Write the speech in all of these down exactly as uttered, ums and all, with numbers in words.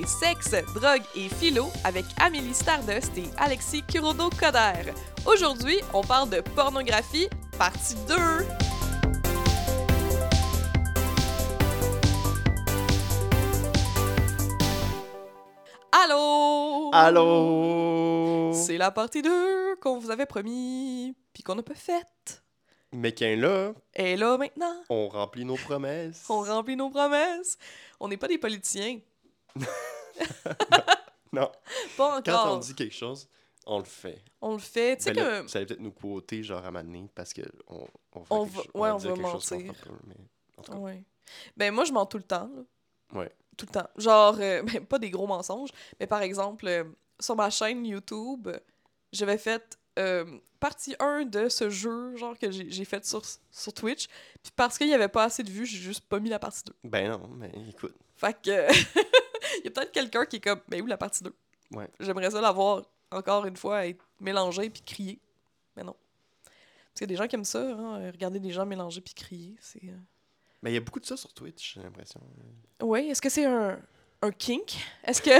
c'est Sexe, Drogue et Philo avec Amélie Stardust et Alexis Kurodo-Coder. Aujourd'hui, on parle de pornographie, partie deux! Allô? Allô? C'est la partie deux qu'on vous avait promis, puis qu'on n'a pas faite. Mais qu'un là, Et là, maintenant, on remplit nos promesses. on remplit nos promesses. On n'est pas des politiciens. Non. Pas Quand on encore. dit quelque chose, on le fait. On le fait. Tu sais Ben là, que... vous allez peut-être nous quoter, genre, à m'amener, parce que on, on va, On quelque va- cho- ouais, on dire va quelque chose qu'on mentir. fera pas, mais en tout cas, Ouais. Ben, moi, je mens tout le temps, là. ouais. Tout le temps. Genre, euh, ben, pas des gros mensonges, mais par exemple, euh, sur ma chaîne YouTube, j'avais fait euh, partie un de ce jeu, genre, que j'ai j'ai fait sur, sur Twitch. Puis parce qu'il y avait pas assez de vues, j'ai juste pas mis la partie deux. Ben non, mais écoute, Fait que... Il y a peut-être quelqu'un qui est comme, ben où la partie deux? ouais. J'aimerais ça l'avoir, encore une fois, être mélangé puis crier. Mais non. Parce qu'il y a des gens qui aiment ça, hein, regarder des gens mélanger puis crier, c'est... euh, Mais il y a beaucoup de ça sur Twitch, j'ai l'impression. Oui, est-ce que c'est un, un kink? Est-ce que...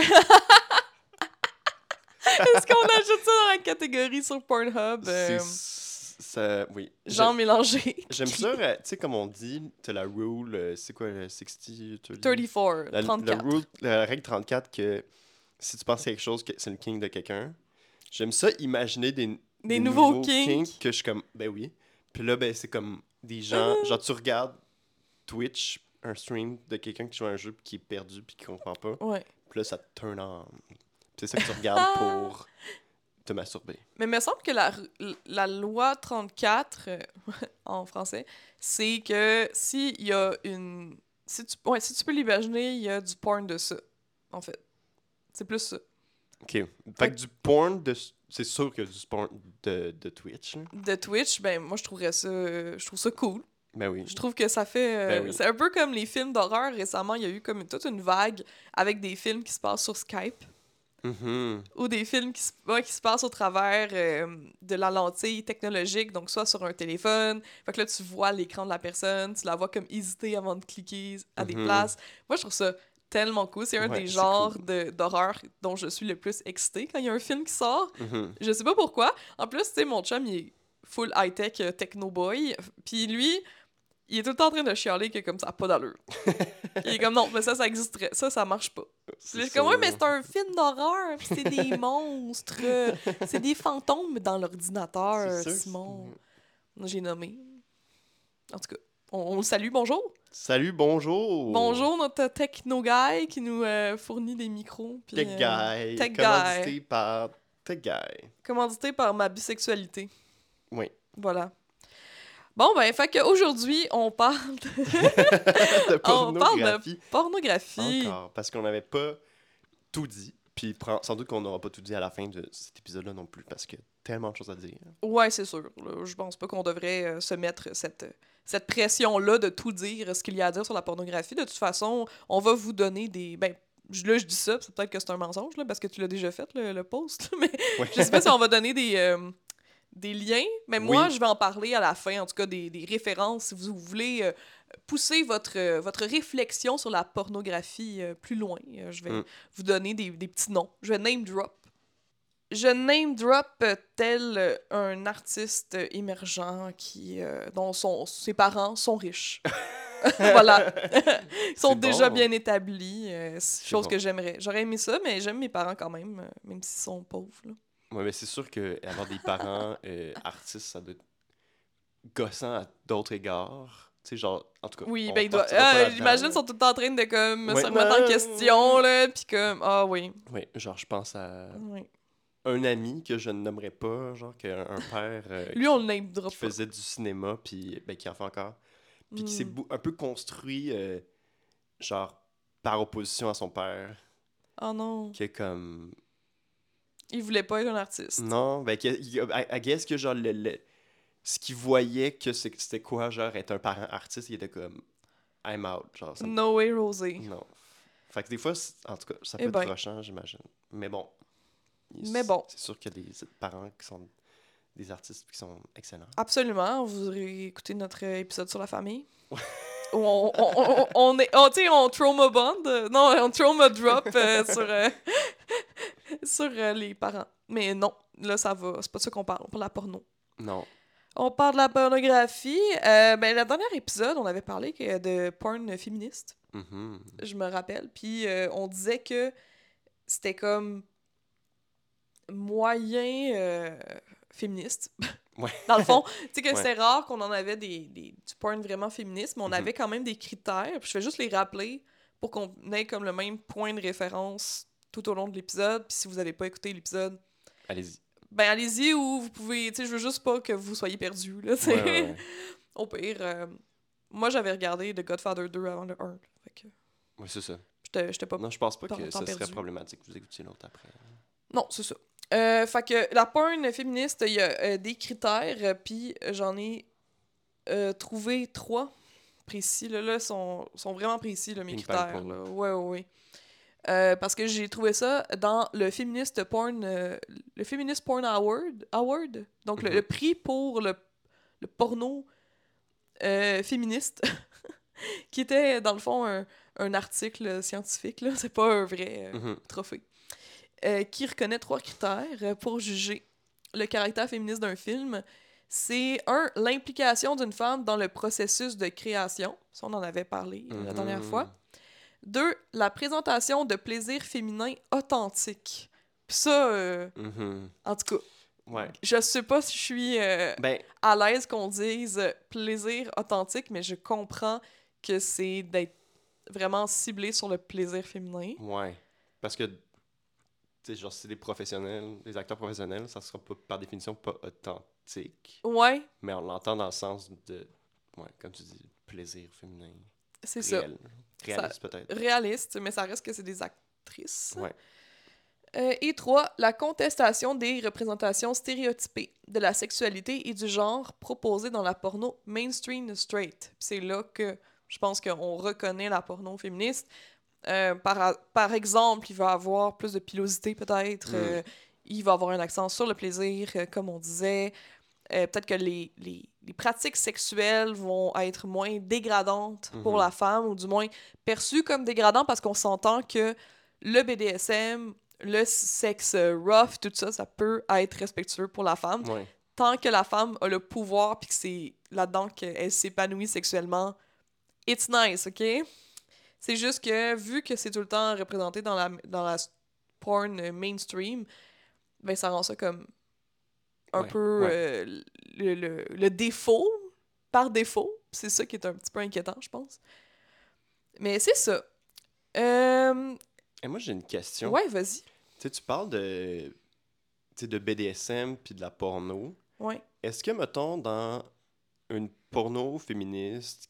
Est-ce qu'on ajoute ça dans la catégorie sur Pornhub? euh, C'est... Ça... Oui. Genre J'ai- mélangé. J'aime ça, euh, tu sais, comme on dit, t'as la rule, euh, c'est quoi, le soixante, trente? trente-quatre, La, trente-quatre. la, rule, la règle trente-quatre que si tu penses à quelque chose que c'est le king de quelqu'un, j'aime ça imaginer des, Des nouveaux kinks. que je suis comme, ben oui. Puis là, ben c'est comme des gens, Ah. genre tu regardes Twitch, un stream de quelqu'un qui joue à un jeu puis qui est perdu puis qui comprend pas. Ouais. Puis là, ça te turn on. Puis c'est ça que tu regardes pour te masturber. Mais il me semble que la, la loi trente-quatre, euh, en français, c'est que s'il y a une... Si tu, ouais, si tu peux l'imaginer, il y a du porn de ça, en fait. C'est plus ça. OK. Fait que du porn, de, c'est sûr qu'il y a du porn de, de Twitch. Là. De Twitch, ben moi, je trouverais ça... euh, Je trouve ça cool. Ben oui. Je trouve que ça fait... euh, Ben oui. C'est un peu comme les films d'horreur. Récemment, il y a eu comme toute une vague avec des films qui se passent sur Skype Mhm. ou des films qui se, ouais, qui se passent au travers euh, de la lentille technologique, donc soit sur un téléphone. Fait que là, tu vois l'écran de la personne, tu la vois comme hésiter avant de cliquer à des Mhm. places. Moi, je trouve ça tellement cool. C'est un Ouais, des c'est genres cool. de- d'horreur dont je suis le plus excitée quand il y a un film qui sort. Mhm. Je sais pas pourquoi. En plus, tu sais, mon chum, il est full high-tech euh, techno-boy. Puis lui, il est tout le temps en train de chialer que comme ça a pas d'allure. Il est comme non, mais ça, ça existerait. Ça, ça marche pas. C'est Puis je suis ça, comme ouais, mais là. c'est un film d'horreur. Puis c'est des monstres. euh, C'est des fantômes dans l'ordinateur, C'est sûr que Simon. c'est- J'ai nommé. En tout cas, on, on le salue. Bonjour. Salut, bonjour! Bonjour, notre techno-guy qui nous euh, fournit des micros. Puis, Tech euh, Guy, Tech Guy. commandité par Tech Guy. Commandité par ma bisexualité. Oui. Voilà. Bon, ben, fait qu'aujourd'hui, on parle de de On parle pornographie. de pornographie. Encore, parce qu'on n'avait pas tout dit. Puis prend- sans doute qu'on n'aura pas tout dit à la fin de cet épisode-là non plus, parce qu'il y a tellement de choses à dire. Ouais, c'est sûr. Là, je pense pas qu'on devrait euh, se mettre cette, cette pression-là de tout dire, ce qu'il y a à dire sur la pornographie. De toute façon, on va vous donner des... Ben, je- là, je dis ça, c'est peut-être que c'est un mensonge, là, parce que tu l'as déjà fait, le, le post, mais Ouais. je sais pas si on va donner des... euh, des liens, mais moi, Oui. je vais en parler à la fin, en tout cas, des, des références, si vous voulez euh, pousser votre, euh, votre réflexion sur la pornographie euh, plus loin. Euh, je vais Mm. vous donner des, des petits noms. Je vais name drop. Je name drop euh, tel euh, un artiste euh, émergent qui, euh, dont son, ses parents sont riches. Voilà. Ils sont C'est déjà bon. bien établis. euh, c'est chose bon. que j'aimerais. J'aurais aimé ça, mais j'aime mes parents quand même, euh, même s'ils sont pauvres. Là. Ouais, mais c'est sûr qu'avoir des parents euh, artistes, ça doit être gossant à d'autres égards. Tu sais, genre, en tout cas. Oui, on ben, il doit... partira pas ah, là-dedans, j'imagine là. qu'ils sont tout le temps en train de comme, Ouais, se remettre en non. question, là, pis comme, ah oui. Oui, genre, je pense à oui. un ami que je ne nommerai pas, genre, qui a un, un père euh, Lui, on le name drop qui pas. faisait du cinéma, puis ben, qui en fait encore. Puis qui Mm. s'est bou- un peu construit, euh, genre, par opposition à son père. Oh non. Qui est comme. Il voulait pas être un artiste. Non, ben, qui, il- I, I guess que, genre, le, le- ce qu'il voyait que c'est- c'était quoi, genre, être un parent artiste, il était comme. I'm out, genre. Ça me- No way, Rosé. Non. Fait que des fois, c'est- en tout cas, ça Eh peut ben. être rushant, j'imagine. Mais bon. Il- Mais bon. C'est sûr qu'il y a des parents qui sont des artistes qui sont excellents. Absolument. Vous aurez écouté notre épisode sur la famille. où on, on, on, on est... On, tu sais, on trauma bond. euh, non, on trauma drop euh, sur, euh, sur euh, les parents. Mais non, là, ça va. C'est pas de ça qu'on parle. On parle de la porno. Non. On parle de la pornographie. Euh, ben, le dernier épisode, on avait parlé que- de porn féministe. Mhm. Je me rappelle. Puis euh, on disait que c'était comme moyen euh, féministe. Ouais. Dans le fond, tu sais que Ouais. c'était rare qu'on en avait des, des, du porn vraiment féministe, mais on Mhm. avait quand même des critères. Puis je vais juste les rappeler pour qu'on ait comme le même point de référence tout au long de l'épisode. Puis si vous n'avez pas écouté l'épisode, Allez-y. ben allez-y ou vous pouvez... Tu sais, je veux juste pas que vous soyez perdus, là, tu sais. Ouais, ouais, ouais. Au pire, euh, moi j'avais regardé The Godfather deux avant le un. Fait que Ouais, c'est ça. j'étais j'étais pas... Non, je pense pas pas que longtemps ce serait perdu. problématique que vous écoutiez l'autre après. Non, c'est ça. Euh, fait que la porn féministe, il y a euh, des critères, euh, puis j'en ai euh, trouvé trois précis. Là, là sont, sont vraiment précis, là, mes Ping critères. pong Là. Ouais, ouais, ouais. Euh, parce que j'ai trouvé ça dans le Feminist Porn euh, le Feminist Porn Award, Award donc le, Mhm. le prix pour le, le porno euh, féministe, qui était dans le fond un, un article scientifique, là, c'est pas un vrai euh, Mhm. trophée. Euh, qui reconnaît trois critères euh, pour juger le caractère féministe d'un film. C'est, un, l'implication d'une femme dans le processus de création. Ça, on en avait parlé euh, la dernière Mhm. fois. Deux, la présentation de plaisir féminin authentique. Puis ça, euh, Mhm. en tout cas, Ouais. je sais pas si je suis euh, Ben, à l'aise qu'on dise euh, plaisir authentique, mais je comprends que c'est d'être vraiment ciblé sur le plaisir féminin. ouais. Parce que, tu sais, genre, si c'est des professionnels, des acteurs professionnels, ça sera pas, par définition, pas authentique. Ouais, Mais on l'entend dans le sens de, ouais, comme tu dis, plaisir féminin. c'est ça. Réel. Réaliste, peut-être. Réaliste, mais ça reste que c'est des actrices. Ouais. Euh, et trois, la contestation des représentations stéréotypées de la sexualité et du genre proposées dans la porno mainstream straight. Puis c'est là que je pense qu'on reconnaît la porno féministe. Euh, par, par exemple, il va avoir plus de pilosité peut-être. Mm. Euh, il va avoir un accent sur le plaisir, euh, comme on disait. Euh, peut-être que les, les, les pratiques sexuelles vont être moins dégradantes pour Mhm. la femme, ou du moins perçues comme dégradantes, parce qu'on s'entend que le B D S M, le sexe rough, tout ça, ça peut être respectueux pour la femme. Ouais. Tant que la femme a le pouvoir, puis que c'est là-dedans qu'elle s'épanouit sexuellement, it's nice, OK? C'est juste que, vu que c'est tout le temps représenté dans la, dans la porn mainstream, ben ça rend ça comme un Ouais, peu ouais. euh, le, le, le défaut, par défaut. C'est ça qui est un petit peu inquiétant, je pense. Mais c'est ça. Euh... Et moi, j'ai une question. Ouais, vas-y. Tu sais, tu parles de, tu sais, de B D S M puis de la porno. Ouais. Est-ce que, mettons, dans une porno féministe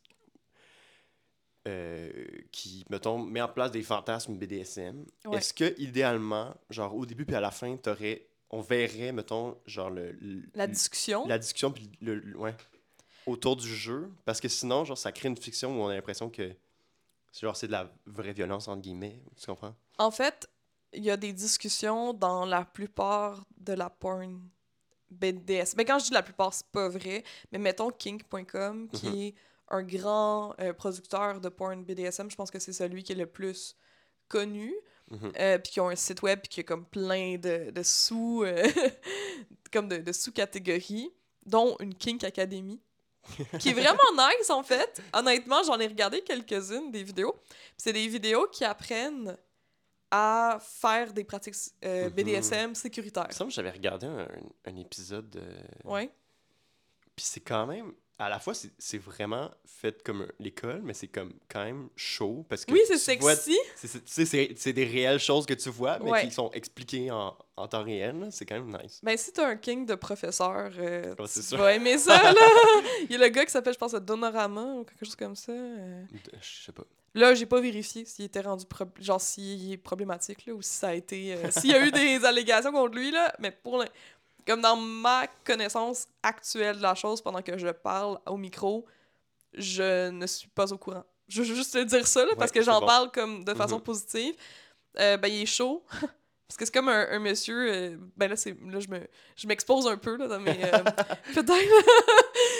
euh, qui, mettons, met en place des fantasmes B D S M, Ouais. est-ce que, idéalement, genre, au début puis à la fin, t'aurais, on verrait, mettons, genre, le, le- La discussion. la discussion puis le, le- ouais, autour du jeu? Parce que sinon, genre, ça crée une fiction où on a l'impression que, genre, c'est de la vraie violence, entre guillemets. Tu comprends? En fait, il y a des discussions dans la plupart de la porn B D S. Mais quand je dis la plupart, c'est pas vrai. Mais mettons kink point com, qui Mhm. est un grand euh, producteur de porn B D S M, je pense que c'est celui qui est le plus connu. Mhm. Euh, puis qui ont un site web puis qui a comme plein de, de sous euh, comme de, de sous-catégories, dont une Kink Academy qui est vraiment nice en fait. Honnêtement, j'en ai regardé quelques-unes des vidéos. Puis c'est des vidéos qui apprennent à faire des pratiques euh, B D S M Il me sécuritaires. semble que j'avais regardé un, un épisode de... Ouais. Puis c'est quand même... À la fois, c'est c'est vraiment fait comme un- l'école, mais c'est comme quand même chaud, parce que Oui, c'est tu vois- sexy. c'est- c'est- tu sais, c'est c'est des réelles choses que tu vois, mais Ouais. qui sont expliquées en, en temps réel. là. C'est quand même nice. Ben, si t'as un king de professeur, euh, Ouais, c'est tu sûr. vas aimer ça, là! Il y a le gars qui s'appelle, je pense, Donorama ou quelque chose comme ça. euh. De- Je sais pas. Là, j'ai pas vérifié s'il était rendu... pro- genre, s'il est problématique, là, ou si ça a été... euh, s'il y a eu des allégations contre lui, là, mais pour le... Comme dans ma connaissance actuelle de la chose, pendant que je parle au micro, je ne suis pas au courant. Je veux juste te dire ça, là, parce Ouais, que j'en c'est bon. parle comme de façon Mhm. positive. Euh, ben, il est chaud. Parce que c'est comme un, un monsieur... euh, ben là, c'est, là je, me, je m'expose un peu, là, dans mes... euh, peut-être...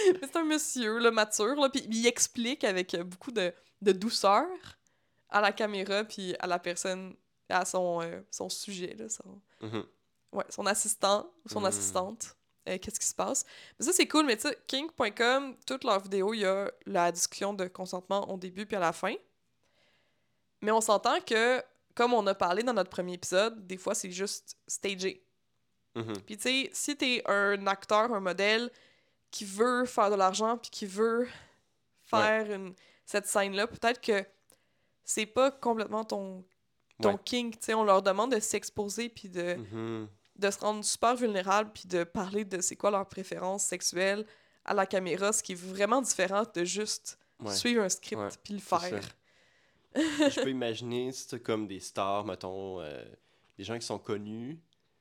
Mais c'est un monsieur, là, mature, là, puis il explique avec beaucoup de, de douceur à la caméra, puis à la personne, à son, euh, son sujet, là, son, Mhm. ouais, son assistant ou son Mm. assistante, euh, qu'est-ce qui se passe. Mais ça, c'est cool, mais tu sais, kink point com, toutes leurs vidéos, il y a la discussion de consentement au début puis à la fin. Mais on s'entend que, comme on a parlé dans notre premier épisode, des fois, c'est juste stagé. Mhm. Puis tu sais, si t'es un acteur, un modèle qui veut faire de l'argent puis qui veut faire une, cette scène-là, peut-être que c'est pas complètement ton, ton Ouais. kink. Tu sais, on leur demande de s'exposer puis de, Mhm. de se rendre super vulnérable puis de parler de c'est quoi leurs préférences sexuelles à la caméra, ce qui est vraiment différent de juste Ouais. suivre un script Ouais, puis le c'est faire. ça. Je peux imaginer, c'est comme des stars, mettons, euh, des gens qui sont connus,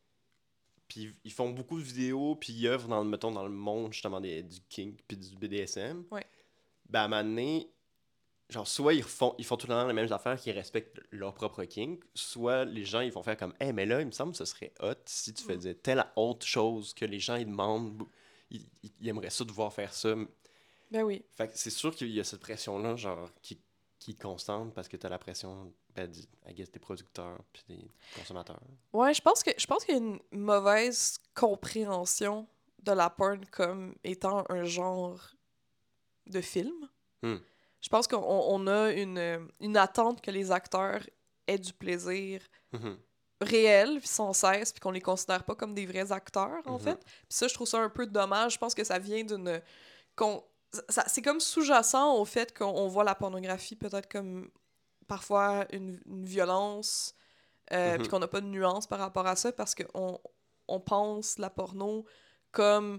puis ils font beaucoup de vidéos, puis ils œuvrent dans, le- mettons, dans le monde, justement, des, du kink, puis du B D S M. Ouais. Ben, à un moment donné, genre, soit ils font, ils font tout le temps les mêmes affaires qui respectent leur propre kink, soit les gens, ils vont faire comme, « Hey, mais là, il me semble que ce serait hot si tu Mm. faisais telle autre chose que les gens, ils demandent, ils, ils- ils aimeraient ça de voir faire ça. » Ben oui. Fait que c'est sûr qu'il y a cette pression-là, genre, qui, qui est constante parce que t'as la pression, ben, du- I guess, des producteurs puis des consommateurs. Ouais, je pense que je pense qu'il y a une mauvaise compréhension de la porn comme étant un genre de film. Hmm. Je pense qu'on on a une, euh, une attente que les acteurs aient du plaisir Mhm. réel, puis sans cesse, puis qu'on les considère pas comme des vrais acteurs, en Mhm. fait. Puis ça, je trouve ça un peu dommage. Je pense que ça vient d'une... qu'on ça, c'est comme sous-jacent au fait qu'on on voit la pornographie peut-être comme parfois une, une violence, euh, puis Mhm. qu'on n'a pas de nuance par rapport à ça, parce qu'on on pense la porno comme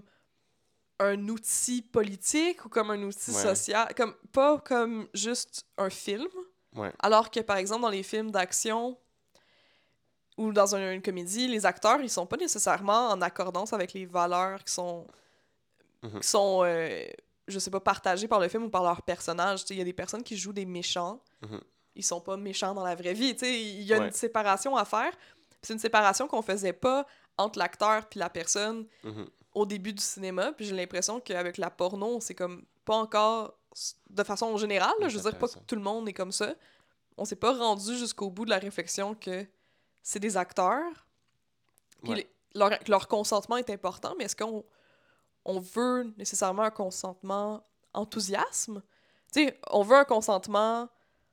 un outil politique ou comme un outil Ouais. social, comme pas comme juste un film. Ouais. Alors que, par exemple, dans les films d'action ou dans une, une comédie, les acteurs, ils sont pas nécessairement en accordance avec les valeurs qui sont, Mhm. qui sont euh, je sais pas, partagées par le film ou par leurs personnages. Il y a des personnes qui jouent des méchants. Mhm. Ils sont pas méchants dans la vraie vie. Il y a Ouais. une séparation à faire. Puis c'est une séparation qu'on faisait pas entre l'acteur puis la personne Mhm. au début du cinéma. Puis j'ai l'impression qu'avec la porno, c'est comme pas encore de façon générale. Là, Ouais, je c'est veux dire pas que intéressant. tout le monde est comme ça. On s'est pas rendu jusqu'au bout de la réflexion que c'est des acteurs. Puis Ouais. les- leur, leur consentement est important, mais est-ce qu'on on veut nécessairement un consentement enthousiasme? Tu sais, on veut un consentement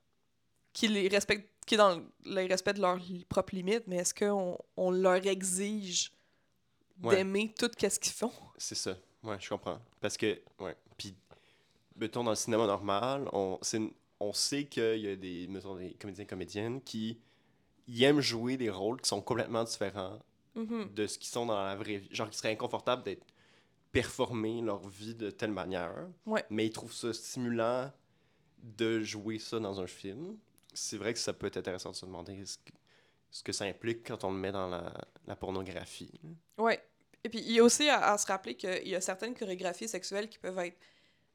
qui les respecte, qui est dans le respect de leurs li- propres limites, mais est-ce qu'on on leur exige Ouais. d'aimer tout ce qu'ils font? C'est ça. Ouais, je comprends. Parce que, ouais. Puis, mettons, dans le cinéma normal, on, c'est une- on sait qu'il y a des, mettons, des comédiens et comédiennes qui ils aiment jouer des rôles qui sont complètement différents Mhm. de ce qu'ils sont dans la vraie vie. Genre, qui seraient inconfortables d'être performer leur vie de telle manière, Ouais. mais ils trouvent ça stimulant de jouer ça dans un film. C'est vrai que ça peut être intéressant de se demander ce que, ce que ça implique quand on le met dans la, la pornographie. Ouais. Et puis, il y a aussi à, à se rappeler qu'il y a certaines chorégraphies sexuelles qui peuvent être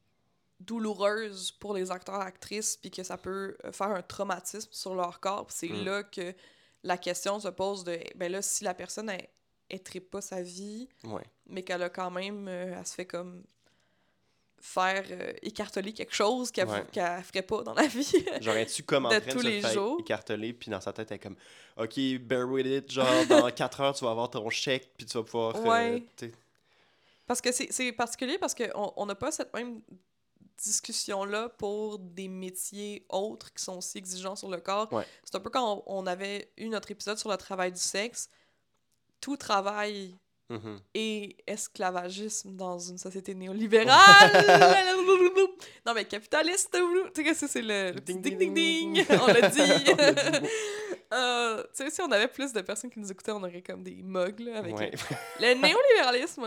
douloureuses pour les acteurs actrices, puis que ça peut euh, faire un traumatisme sur leur corps. Puis c'est Mm. là que la question se pose de, ben là, si la personne, elle, elle trippe pas sa vie, Ouais. mais qu'elle a quand même, euh, elle se fait comme faire euh, écarteler quelque chose qu'elle Ouais. vou- qu'elle ferait pas dans la vie Genre, es-tu comme en de train de tous se les faire jours. écarteler, puis dans sa tête, elle est comme, OK, bear with it, genre, dans quatre heures, tu vas avoir ton chèque, puis tu vas pouvoir. euh, Ouais. t'sais- Parce que c'est c'est particulier parce qu'on on n'a pas cette même discussion-là pour des métiers autres qui sont aussi exigeants sur le corps. Ouais. C'est un peu quand on, on avait eu notre épisode sur le travail du sexe. Tout travail Mhm. et esclavagisme dans une société néolibérale. Non, mais capitaliste. Tu sais, c'est le, le petit Ding, ding ding, ding ding. ding. On l'a dit. On l'a dit. Euh, tu sais, si on avait plus de personnes qui nous écoutaient, on aurait comme des mugs là, avec Ouais. le, le néolibéralisme.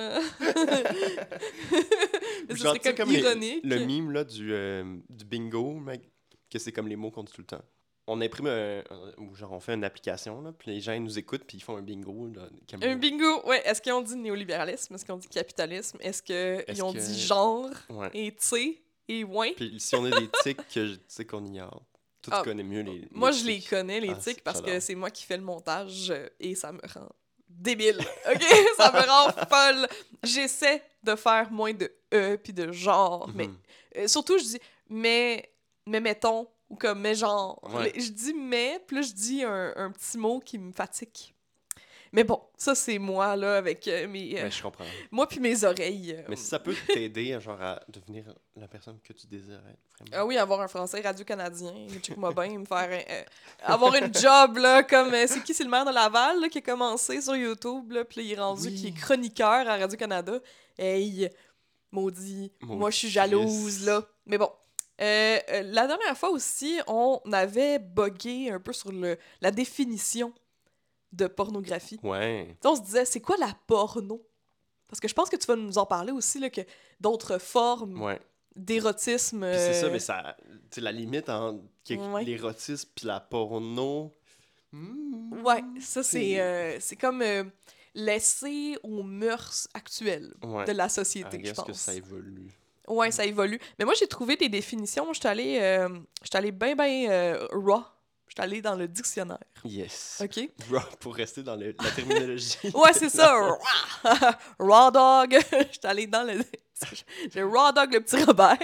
Mais ce Genre, serait tu sais, comme comme les- ironique. le mime là, du, euh, du bingo, mec, que c'est comme les mots qu'on dit tout le temps. On imprime un, un- ou genre on fait une application, là, puis les gens ils nous écoutent, puis ils font un bingo. Là, comme- Un bingo, ouais. Est-ce qu'ils ont dit néolibéralisme? Est-ce qu'ils ont dit capitalisme? Est-ce qu'ils Est-ce ont que- dit genre Ouais. et tu et ouin? Puis si on a des tics que je- tu sais qu'on ignore, toi tu Ah, connais mieux les, Moi, les je les tics. connais, les Ah, tics, c'est- parce que j'adore. c'est moi qui fais le montage euh, et ça me rend débile, OK? Ça me rend folle. J'essaie de faire moins de « e » puis de « genre Mhm. », mais euh, surtout, je dis « mais », mais mettons, ou comme « mais genre Ouais. Les- Je dis « mais », puis là, je dis un, un petit mot qui me fatigue. Mais bon, ça, c'est moi, là, avec euh, mes... euh, Mais je comprends. moi puis mes oreilles. euh. Mais si ça peut t'aider genre, à devenir la personne que tu désires être, Ah vraiment. oui, avoir un français radio-canadien, check-moi bien, me faire un- euh, avoir une job, là, comme... euh, c'est qui, c'est le maire de Laval, là, qui a commencé sur YouTube, là, puis là, il est rendu, Oui. qui est chroniqueur à Radio-Canada. Hey, maudit, Maudit moi, je suis jalouse, Christ. là. Mais bon, euh, euh, la dernière fois aussi, on avait bugué un peu sur le, la définition de pornographie. Ouais. T'sais, on se disait, c'est quoi la porno? Parce que je pense que tu vas nous en parler aussi, là, que d'autres formes Ouais. d'érotisme... Puis c'est ça, euh, mais ça. Tu sais, la limite entre quelque- Ouais. l'érotisme puis la porno. hmm, Ouais, ça, c'est euh, c'est comme euh, laisser aux mœurs actuelles Ouais. de la I société, je guess pense. que ça évolue. Ouais, ça évolue. Mais moi, j'ai trouvé des définitions. Moi, je suis allée, euh, j'étais allée bien, bien euh, raw. Je suis allée dans le dictionnaire, Yes. OK? Raw, pour rester dans le- la terminologie. Ouais, c'est ça. Raw. Raw dog. J'étais allée dans le... J'ai raw dog le petit Robert.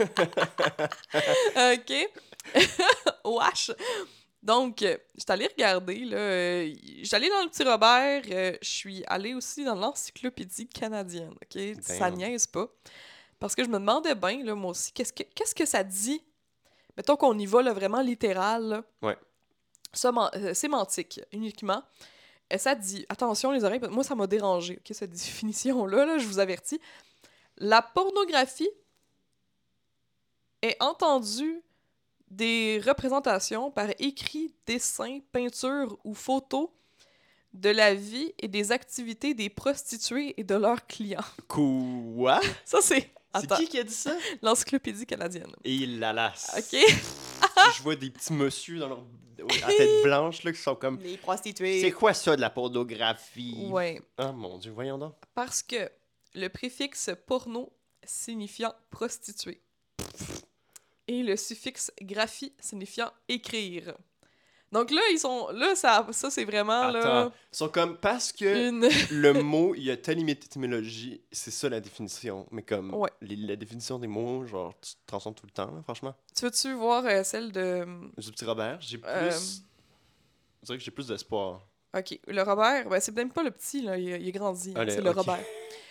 OK? Wesh. Donc, euh, j'étais allée regarder, là. euh, J'étais allée dans le petit Robert. euh, Je suis allée aussi dans l'encyclopédie canadienne, OK? Ça Damn. niaise pas. Parce que je me demandais bien, là, moi aussi, qu'est-ce que, qu'est-ce que ça dit? Mettons qu'on y va, là, vraiment littéral, là. Ouais. Soman- euh, sémantique, uniquement. Et ça dit, attention les oreilles, moi ça m'a dérangé, ok, cette définition-là, là, je vous avertis. La pornographie est entendue des représentations par écrit, dessin, peinture ou photo de la vie et des activités des prostituées et de leurs clients. Quoi? Ça, c'est... C'est Attends, qui qui a dit ça? l'encyclopédie canadienne. Et là là. OK? Je vois des petits messieurs dans leur... à tête blanche là, qui sont comme... Les C'est prostituées. quoi ça de la pornographie? Ouais. Oh mon dieu, voyons donc. Parce que le préfixe porno signifiant prostituée et le suffixe graphie signifiant écrire. Donc là, ils sont là ça, ça c'est vraiment Attends, là ils sont comme... Parce que une le mot, il y a telle étymologie, c'est ça la définition. Mais comme, Ouais. les- la définition des mots, genre, tu te transformes tout le temps, là, franchement. Tu veux-tu voir euh, celle de Du petit Robert, j'ai plus... Euh, Je dirais que j'ai plus d'espoir. OK, le Robert, ben c'est même pas le petit là, il, a- il est grandi, Allez, c'est le ok. Robert.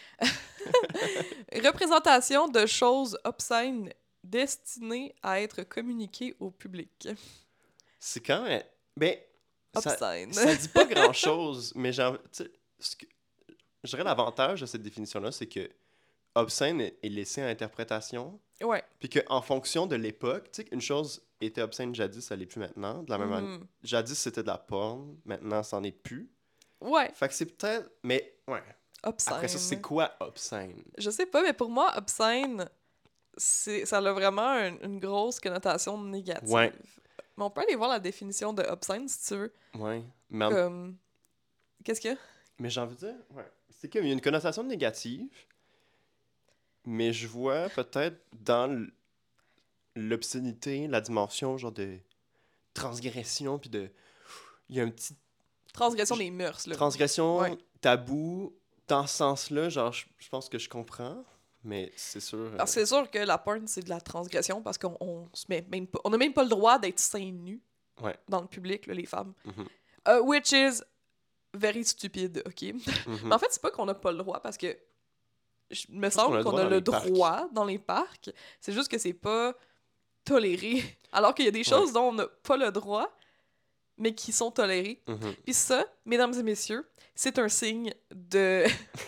Représentation de choses obscènes destinées à être communiquées au public. C'est quand même... Ben, ça, Obscène. ça dit pas grand-chose, mais genre, tu sais, ce que- je dirais l'avantage de cette définition-là, c'est que obscène est est laissé à interprétation, Ouais. puis qu'en fonction de l'époque, tu sais, qu'une chose était obscène jadis, ça l'est plus maintenant, de la même manière. Mhm. Jadis, c'était de la porn, maintenant, c'en est plus. Ouais, Fait que c'est peut-être... Mais, ouais. obscène. Après ça, c'est quoi obscène? Je sais pas, mais pour moi, obscène, c'est, ça a vraiment un- une grosse connotation négative. Ouais. Mais on peut aller voir la définition de obscène si tu veux. Ouais. Mais, en- Comme. Qu'est-ce qu'il y a? mais j'ai envie de dire, ouais. C'est comme, il y a une connotation négative, mais je vois peut-être dans l- l'obscénité, la dimension, genre de transgression, puis de... Il y a un petit Transgression des mœurs, là. transgression, Ouais. tabou, dans ce sens-là, genre, je je pense que je comprends, mais c'est sûr... euh, Alors, c'est sûr que la porn, c'est de la transgression parce qu'on on se met même pas. On n'a même pas le droit d'être seins nus Ouais. dans le public, là, les femmes. mhm, Uh, which is very stupide, OK? mhm. Mais en fait, c'est pas qu'on n'a pas le droit parce que. Je me pense qu'on a semble le qu'on droit a dans le les parcs. droit dans les parcs. C'est juste que c'est pas toléré. Alors qu'il y a des choses dont on n'a pas le droit, mais qui sont tolérées. Mhm. Puis ça, mesdames et messieurs, c'est un signe de.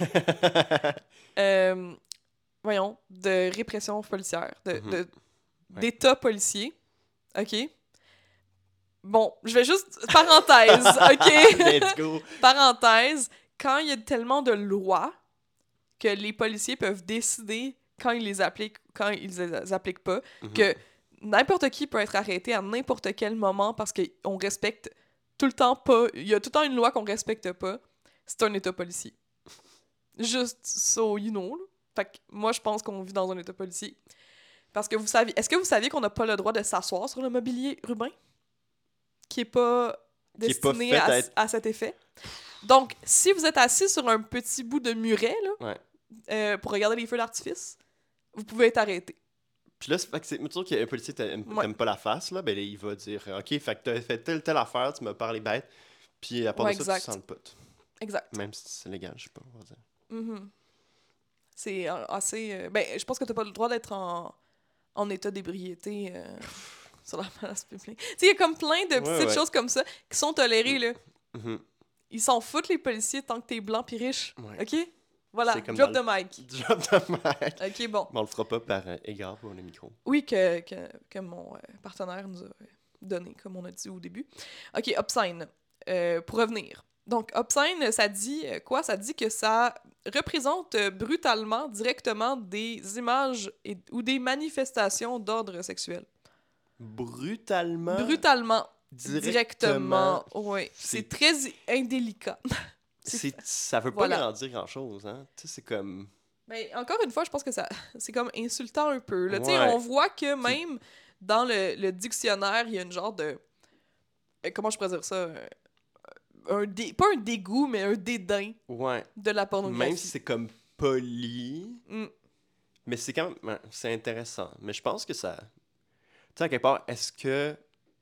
euh, voyons, de répression policière, de, Mhm. de- Ouais. d'état policier. OK? Bon, je vais juste. Parenthèse, OK? Let's go! Parenthèse, quand il y a tellement de lois que les policiers peuvent décider quand ils les appliquent, quand ils les appliquent pas, Mhm. que n'importe qui peut être arrêté à n'importe quel moment parce qu'on respecte tout le temps pas. Il y a tout le temps une loi qu'on respecte pas. C'est un état policier. Juste so you know. Là. Fait que moi, je pense qu'on vit dans un état policier. Parce que vous saviez. Est-ce que vous saviez qu'on n'a pas le droit de s'asseoir sur le mobilier urbain? Qui est pas Qui est pas destiné fait à, à être- à cet effet? Donc, si vous êtes assis sur un petit bout de muret, là, Ouais. euh, pour regarder les feux d'artifice, vous pouvez être arrêté. Puis là, c'est fait que c'est toujours qu'un policier t'aime Ouais. t'aime pas la face, là, ben là, il va dire OK, fait que t'as fait telle, telle affaire, tu m'as parlé bête. Puis à part Ouais, de ça, exact. tu sens le pot. Exact. Même si c'est légal, je sais pas, on va dire. Mhm. C'est euh, assez... euh, Ben, je pense que t'as pas le droit d'être en, en état d'ébriété euh, sur la place publique. Tu sais, il y a comme plein de Ouais, petites ouais. choses comme ça qui sont tolérées, là. Mhm. Ils s'en foutent, les policiers, tant que t'es blanc pis riche. Ouais. OK? Voilà, C'est comme drop dans the mic. Drop the mic. OK, bon. Mais on le fera pas par euh, égard pour le micro. Oui, que, que, que mon euh, partenaire nous a donné, comme on a dit au début. OK, obscene. Euh, pour revenir. Donc, obscene, ça dit euh, quoi? Ça dit que ça représente euh, brutalement, directement, des images et, ou des manifestations d'ordre sexuel. Brutalement. Brutalement, Directement. directement, oui. C'est- C'est très indélicat. C'est, ça veut pas Voilà. grand dire grand chose, hein. Tu sais, c'est comme. Mais encore une fois, je pense que ça c'est comme insultant un peu. Là. Tu sais, Ouais. on voit que même dans le, le dictionnaire, il y a une genre de... euh, Comment je pourrais dire ça? Euh, Un dé... Pas un dégoût, mais un dédain Ouais. de la pornographie. Même si c'est comme poli. Mm. Mais c'est quand même. Ouais, c'est intéressant. Mais je pense que ça. Tu sais, à quelque part, est-ce que.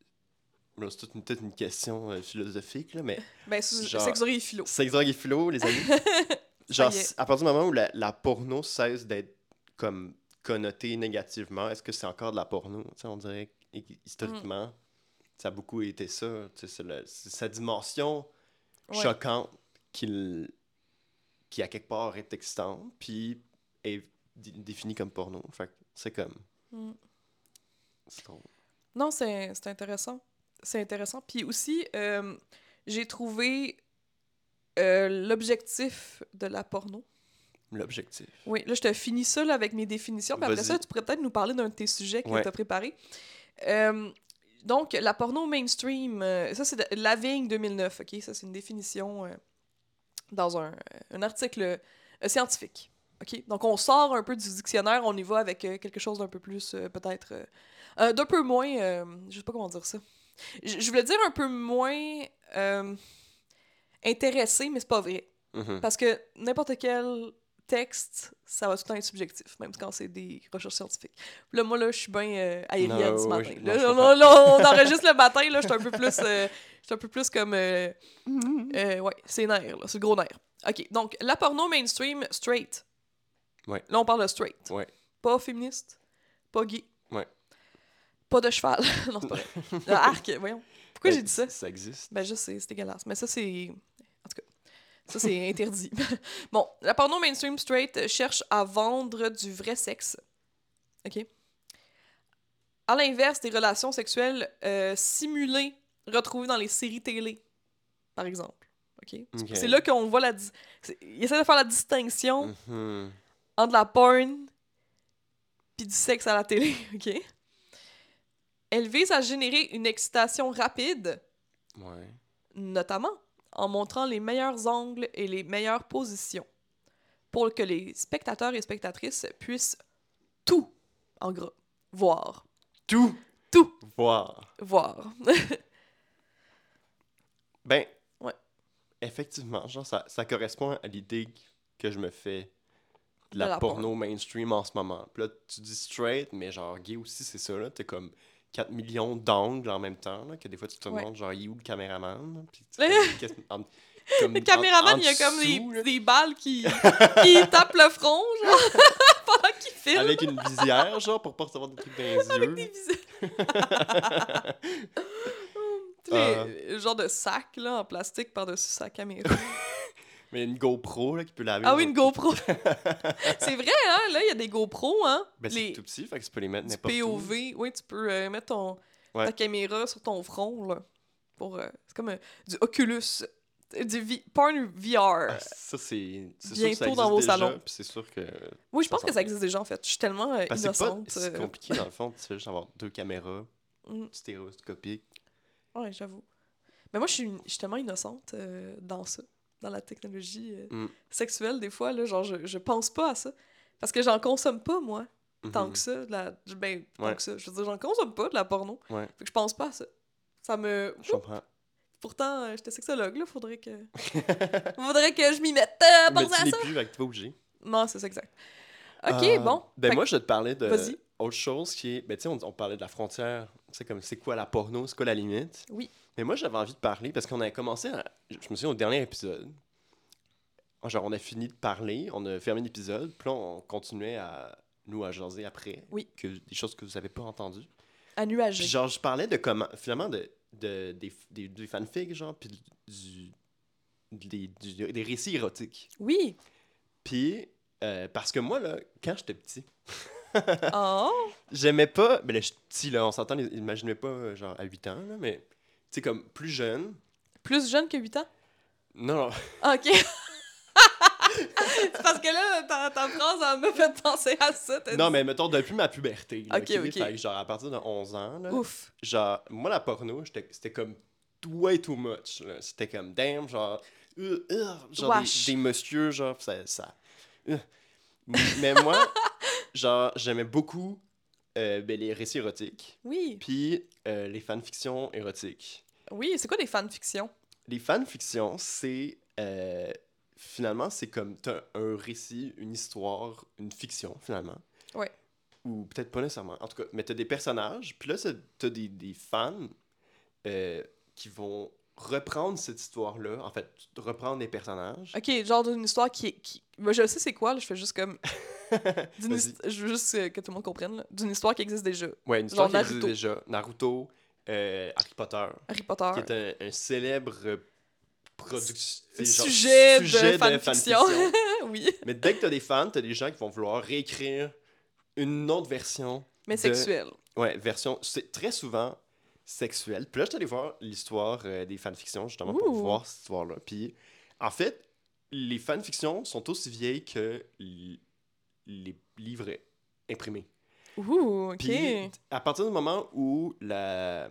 Là, c'est toute une, toute une question euh, philosophique, là, mais. Ben, c'est Genre- sexurie et philo. Sexologue et philo, les amis. Genre, Ça y est. à partir du moment où la, la porno cesse d'être comme connotée négativement, est-ce que c'est encore de la porno? Tu sais, on dirait que, historiquement, Mm. ça a beaucoup été ça. Tu sais, c'est, le- c'est sa dimension Ouais. choquante qui, qui, à quelque part, est excitante, puis est dé- définie comme porno. Fait que c'est comme... Mm. C'est drôle. Non, c'est c'est intéressant. C'est intéressant. Puis aussi, euh, j'ai trouvé euh, l'objectif de la porno. L'objectif. Oui, là, je te finis ça là, avec mes définitions. Puis après Vas-y. ça, tu pourrais peut-être nous parler d'un de tes sujets que Ouais. tu as préparé. Euh, donc, la porno mainstream, euh, ça, c'est de Lavigne deux mille neuf, OK? Ça, c'est une définition euh, dans un, un article euh, scientifique. OK? Donc, on sort un peu du dictionnaire, on y va avec euh, quelque chose d'un peu plus, euh, peut-être, euh, euh, d'un peu moins, euh, je sais pas comment dire ça. Je, je voulais dire un peu moins euh, intéressé, mais c'est pas vrai. Mhm. Parce que n'importe quel texte, ça va tout le temps être subjectif, même quand c'est des recherches scientifiques. Puis là, moi, là, je suis bien euh, aérienne Non, ce ouais, matin. je- Là, non, je là, comprends. là, on enregistre le matin, là, je suis un peu plus... euh, je suis un peu plus comme... euh, euh, ouais, c'est nerf, là, c'est le gros nerf. OK, donc, la porno mainstream straight. Ouais. Là, on parle de straight. Ouais. Pas féministe, pas gay. Ouais. Pas de cheval. Non, c'est pas vrai. Euh, Arc, voyons. Pourquoi Ben, j'ai dit ça? Ça existe. Ben, je sais, c'est dégueulasse. Mais ça, c'est... En tout cas, ça, c'est interdit. Bon, la porno mainstream straight cherche à vendre du vrai sexe. OK? À l'inverse des relations sexuelles euh, simulées retrouvées dans les séries télé, par exemple. OK? Ok. C'est là qu'on voit la... Dis... c'est- Il essaie de faire la distinction Mhm. entre la porn puis du sexe à la télé. OK? Elle vise à générer une excitation rapide, Ouais. notamment en montrant les meilleurs angles et les meilleures positions pour que les spectateurs et spectatrices puissent tout, en gros, voir. Tout Tout voir. voir. Ben, Ouais. effectivement, genre, ça, ça correspond à l'idée que je me fais de la, De la porno porn. mainstream en ce moment. Puis là, tu dis straight, mais genre gay aussi, c'est ça, là. T'as comme quatre millions d'angles en même temps, là, que des fois, tu te Ouais. demandes, genre, il est où le caméraman? là? Puis tu comme, qu'est-ce- en- comme Le en- caméraman, en il y a comme dessous, des, là, des balles qui, qui tapent le front, genre, pendant qu'il filme. avec une visière, genre, pour pas recevoir des trucs dans les yeux. Des vis- Tu Euh. sais, le genre de sac, là, en plastique par-dessus sa caméra. Mais une GoPro, là, qui peut laver. Ah oui, genre. une GoPro. C'est vrai, hein? Là, il y a des GoPro, hein? Ben, c'est Les tout petit, fait que tu peux les mettre du n'importe P O où. V. Oui, tu peux euh, mettre ton, Ouais. ta caméra sur ton front, là. Pour, euh, c'est comme euh, du Oculus. euh, Du v- Porn V R. Ah, ça, c'est c'est sûr que ça Bientôt existe dans vos déjà, salons. puis c'est sûr que... Oui, je pense ça que s'en ça existe déjà, en fait. Je suis tellement euh, Parce que c'est pas... innocente. C'est euh, compliqué, dans le fond, tu sais juste avoir deux caméras mm. stéréoscopiques. Ouais, j'avoue. Mais moi, je suis, je suis tellement innocente euh, dans ça, dans la technologie euh, Mm. sexuelle, des fois, là, genre, je, je pense pas à ça. Parce que j'en consomme pas, moi, tant Mhm. que ça. de La, ben, tant Ouais. que ça. Je veux dire, j'en consomme pas de la porno. Ouais, Fait que je pense pas à ça. Ça me... je comprends. Pourtant, euh, j'étais sexologue, là. Faudrait que... Faudrait que je m'y mette euh, Mais pour tu ça. l'es plus, avec toi obligé. Non, c'est ça, exact. OK, Euh, bon. ben Fait moi, que- je vais te parler de Vas-y. autre chose qui est... Ben tu sais, on, on parlait de la frontière. Tu sais, comme c'est quoi la porno, c'est quoi la limite. Oui. Mais moi, j'avais envie de parler parce qu'on avait commencé à... Je me souviens au dernier épisode. Genre, on a fini de parler, on a fermé l'épisode, puis là, on continuait à nous à jaser après. Oui. Que, des choses que vous avez pas entendues. À Puis nuager. genre, je parlais de comment... Finalement, de, de, des, des, des fanfics, genre, puis du, des, du- des récits érotiques. Oui. Puis, euh, parce que moi, là, quand j'étais petit... Oh. J'aimais pas. Mais là, je suis petit, là, on s'entend, imaginez pas, euh, genre, à huit ans, là, mais, tu sais, comme plus jeune. Plus jeune que huit ans? Non, non. Ah, OK. C'est parce que là, ta, ta phrase elle me fait penser à ça. t'as Non, dit- mais mettons, depuis ma puberté. Là, Ok, ok? ok. Fait que, genre, à partir de onze ans, là, Ouf. genre, moi, la porno, j'étais- c'était comme way too much. Là. C'était comme, damn, genre, euh, euh, genre, des, Wesh. des messieurs, genre, ça. ça euh. Mais moi, genre, j'aimais beaucoup euh, ben, les récits érotiques, Oui. puis euh, les fanfictions érotiques. Oui, c'est quoi des fanfictions? Les fanfictions, c'est. euh, finalement, c'est comme. T'as un récit, une histoire, une fiction, finalement. Ouais. Ou peut-être pas nécessairement. En tout cas, mais t'as des personnages, puis là, c'est- t'as des, des fans euh, qui vont reprendre cette histoire-là. En fait, reprendre des personnages. OK, genre d'une histoire qui est... Qui... Ben, je sais c'est quoi, là, je fais juste comme... d'une Vas-y. hist- Je veux juste euh, que tout le monde comprenne, là. D'une histoire qui existe déjà. Ouais, une histoire Genre qui existe Naruto. déjà. Naruto, euh, Harry Potter, Harry Potter. qui est un, un célèbre euh, production. c'est genre Sujet, sujet de fanfiction. Oui. Mais dès que t'as des fans, t'as des gens qui vont vouloir réécrire une autre version. Mais de- sexuel. Ouais, version. C'est très souvent sexuelle. Puis là, je suis allé voir l'histoire euh, des fanfictions, justement, pour Ouh. voir cette histoire-là. Puis, en fait, les fanfictions sont aussi vieilles que l- les livres imprimés. Ouh, OK. Puis, à partir du moment où la,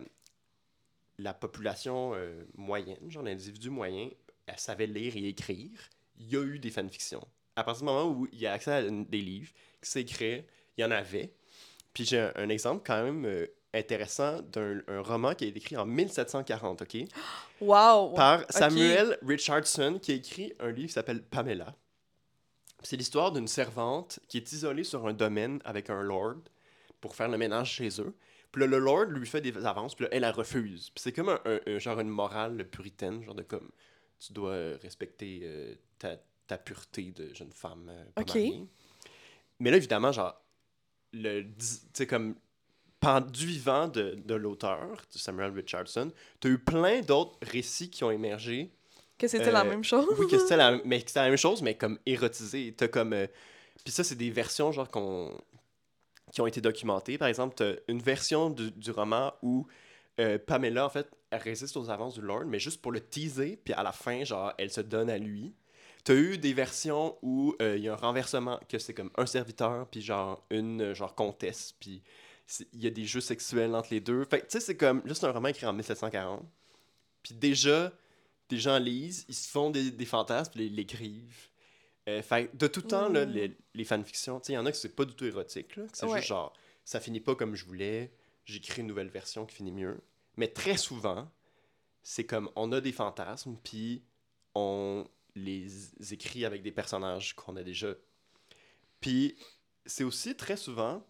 la population euh, moyenne, genre l'individu moyen, elle savait lire et écrire, il y a eu des fanfictions. À partir du moment où il y a accès à une- des livres qui s'écrivent, il y en avait. Puis j'ai un, un exemple quand même euh, intéressant d'un un roman qui a été écrit en mille sept cent quarante, OK? Wow. Par OK. Samuel Richardson, qui a écrit un livre qui s'appelle Pamela. C'est l'histoire d'une servante qui est isolée sur un domaine avec un lord pour faire le ménage chez eux. Puis là, le lord lui fait des avances, puis là, elle, elle refuse. Puis c'est comme un, un- un genre une morale puritaine, genre de comme tu dois euh, respecter euh, ta, ta pureté de jeune femme euh, pas Ok. mariée. Mais là, évidemment, genre, le, dis- tu sais, comme pendant du vivant de, de l'auteur, de Samuel Richardson, tu as eu plein d'autres récits qui ont émergé. Que c'était la Euh, même chose. Oui, que c'était la, mais que c'était la même chose, mais comme érotisé. T'as comme. euh, Puis ça, c'est des versions genre qu'on qui ont été documentées. Par exemple, t'as une version du, du roman où euh, Pamela, en fait, elle résiste aux avances du Lord, mais juste pour le teaser, puis à la fin, genre, elle se donne à lui. T'as eu des versions où euh, il y a un renversement, que c'est comme un serviteur, puis genre une euh, genre comtesse, puis c'est- il y a des jeux sexuels entre les deux. Fait que, tu sais, c'est comme. Là, c'est un roman écrit en mille sept cent quarante. Puis déjà, des gens lisent, ils se font des, des fantasmes, puis ils l'écrivent. Euh, fait que de tout temps, là, Mm. les, les fanfictions, tu sais, il y en a que c'est pas du tout érotique, là, que c'est Ouais. juste genre, ça finit pas comme je voulais, j'écris une nouvelle version qui finit mieux. Mais très souvent, c'est comme, on a des fantasmes, puis on les écrit avec des personnages qu'on a déjà. Puis c'est aussi très souvent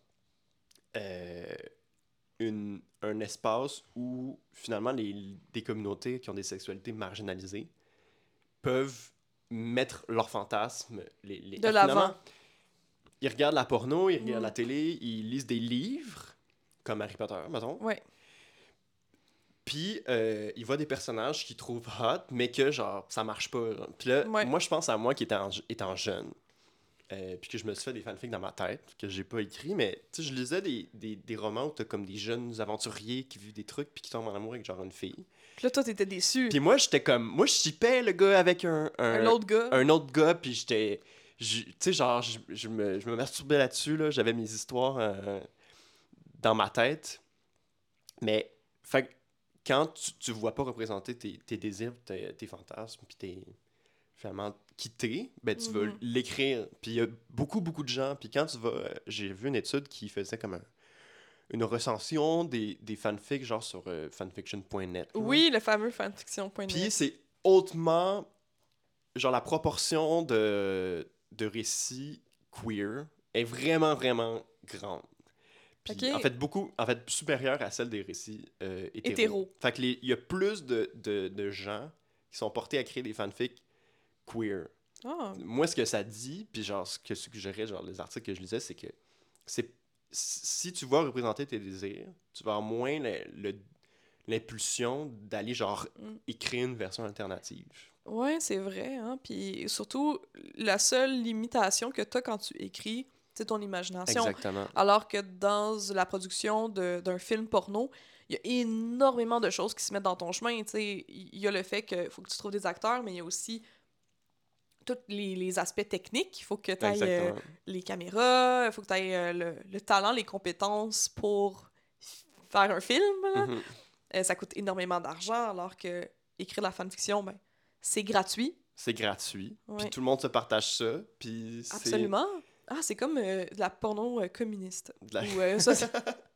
euh, une, un espace où finalement les, des communautés qui ont des sexualités marginalisées peuvent mettre leurs fantasmes. Les, les- De finalement, l'avant. ils regardent la porno, ils regardent Mm. la télé, ils lisent des livres, comme Harry Potter, mettons. Ouais. Puis euh, ils voient des personnages qu'ils trouvent hot, mais que genre, ça marche pas. genre. Puis là, Ouais. moi, je pense à moi qui étant, étant jeune. Euh, puis que je me suis fait des fanfics dans ma tête, que j'ai pas écrit, mais tu sais, je lisais des, des, des romans où t'as comme des jeunes aventuriers qui vivent des trucs puis qui tombent en amour avec genre une fille. Puis là, toi, t'étais déçu. Puis moi, j'étais comme, moi, je chipais le gars avec un, Un autre gars. un autre gars, puis j'étais, je- tu sais, genre, je, je me, je me masturbais là-dessus, là, j'avais mes histoires euh, dans ma tête. Mais, fait que quand tu, tu vois pas représenter tes, tes désirs, tes, tes fantasmes, puis tes, finalement, quitter, ben tu vas Mhm. l'écrire. Puis il y a beaucoup, beaucoup de gens, puis quand tu vas, euh, j'ai vu une étude qui faisait comme un, une recension des, des fanfics, genre sur euh, fanfiction point net. Là. Oui, le fameux fanfiction point net. Puis c'est hautement... Genre, la proportion de, de récits queer est vraiment, vraiment grande. Puis, Ok. en fait, beaucoup... En fait, supérieure à celle des récits euh, hétéros. Hétéro. Fait que les- il y a plus de, de, de gens qui sont portés à créer des fanfics queer. Ah. Moi, ce que ça dit, puis genre, ce que suggérait, genre, les articles que je lisais, c'est que c'est si tu vois représenter tes désirs, tu vas avoir moins le- le- l'impulsion d'aller, genre, Mm. écrire une version alternative. Ouais, c'est vrai, hein. Puis surtout, la seule limitation que t'as quand tu écris, c'est ton imagination. Exactement. Alors que dans la production de- d'un film porno, il y a énormément de choses qui se mettent dans ton chemin. Tu sais, il y a le fait qu'il faut que tu trouves des acteurs, mais il y a aussi tous les, les aspects techniques. Il faut que tu ailles Exactement. les caméras, il faut que tu ailles le, le talent, les compétences pour f- faire un film. là. Mhm. Euh, ça coûte énormément d'argent, alors que écrire la fanfiction, ben, c'est gratuit. C'est gratuit. Ouais. Puis tout le monde se partage ça. Puis c'est... Absolument. Ah, c'est comme euh, de la porno euh, communiste. de la- Ou, euh, ça, c'est-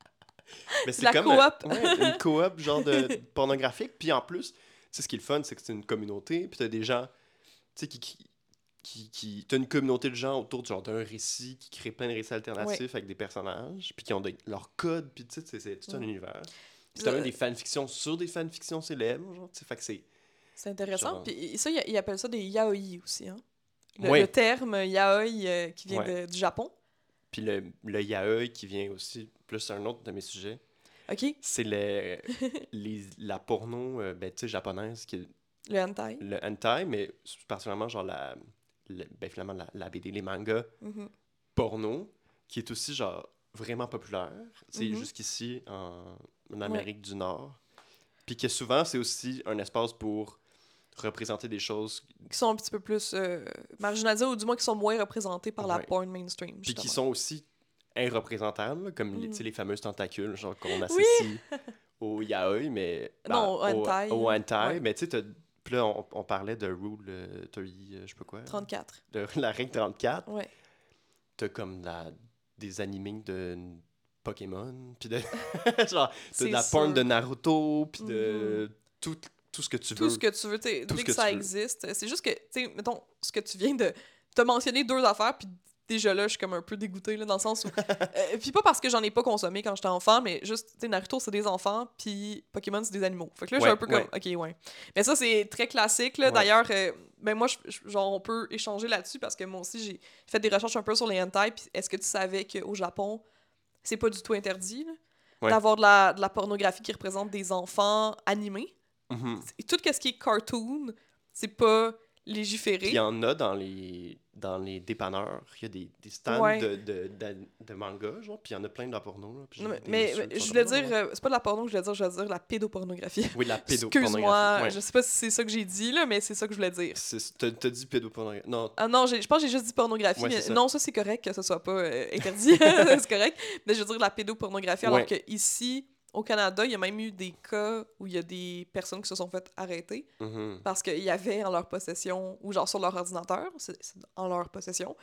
Mais c'est la comme coop. euh, ouais, une coop genre de pornographique. Puis en plus, tu sais, ce qui est le fun, c'est que c'est une communauté. Puis t'as des gens, tu sais, qui... qui... Qui, qui... T'as une communauté de gens autour de genre d'un récit qui crée plein de récits alternatifs avec des personnages, puis qui ont des... leur code, puis tu sais, c'est, c'est tout un Mm. univers. Puis Ça- t'as même des fanfictions sur des fanfictions célèbres, genre, tu sais, fait que c'est... C'est intéressant. Genre- Puis ça, ils ils appellent ça des yaoi aussi. Hein? Le, Ouais. le terme yaoi euh, qui vient Ouais. de- du Japon. Puis le, le yaoi qui vient aussi, plus un autre de mes sujets, OK? c'est le, les, la porno, euh, ben, tu sais, japonaise, qui est Le hentai. le hentai, mais particulièrement genre la, le- ben, finalement la, la B D, les mangas Mhm. porno, qui est aussi genre vraiment populaire, tu sais, Mhm. jusqu'ici en, en Amérique du Nord. Puis que souvent, c'est aussi un espace pour représenter des choses, Qui sont un petit peu plus euh, marginalisés ou du moins qui sont moins représentés par la Ouais. porn mainstream. puis qui justement. sont aussi irreprésentables, là, comme les, Mm. tu sais, les fameuses tentacules, genre qu'on associe au yaoi, mais... ben, Non, au hentai. Au, au hentai, Ouais. mais tu sais, t'as- puis là, on, on parlait de Rule euh, trente, euh, je sais pas quoi. trente-quatre. De la règle trente-quatre. Ouais. T'as comme la, des animés de Pokémon, puis de... genre, t'as C'est de la porn sûr. de Naruto, puis de tout, tout ce que tu Tout veux. ce que tu veux, tu sais, Tout dès ce que, que ça tu veux. existe. C'est juste que, tu sais, mettons, ce que tu viens de... T'as mentionné deux affaires, puis déjà là, je suis comme un peu dégoûtée, là, dans le sens où... euh, puis pas parce que j'en ai pas consommé quand j'étais enfant, mais juste, tu sais, Naruto, c'est des enfants, puis Pokémon, c'est des animaux. Fait que là, je suis Ouais, un peu comme... OK, ouais. Mais ça, c'est très classique, là. Ouais. D'ailleurs, euh, ben moi, je- je- genre, on peut échanger là-dessus, parce que moi aussi, j'ai fait des recherches un peu sur les hentai, puis est-ce que tu savais qu'au Japon, c'est pas du tout interdit, là, Ouais. d'avoir de la, de la pornographie qui représente des enfants animés? Mhm. Et tout ce qui est cartoon, c'est pas Puis légiféré. il y en a dans les, dans les dépanneurs. Il y a des, des stands Ouais. de, de, de, de manga, genre, puis il y en a plein de la porno. Là, puis j'ai Non, mais, des mais- messieurs mais qui sont je voulais comme, dire, non, euh, c'est pas de la porno que je voulais dire, je voulais dire la pédopornographie. Oui, de la pédopornographie. Excuse-moi, Ouais. je sais pas si c'est ça que j'ai dit, là, mais c'est ça que je voulais dire. C'est- T'as t'as dit pédopornographie. Non, Ah non, j'ai- je pense que j'ai juste dit pornographie, Ouais, mais c'est ça. non, ça c'est correct que ce soit pas euh, interdit, c'est correct. Mais je veux dire la pédopornographie, alors Ouais. que ici, au Canada, il y a même eu des cas où il y a des personnes qui se sont faites arrêter mhm. parce qu'il y avait en leur possession, ou genre sur leur ordinateur, c'est c'est en leur possession,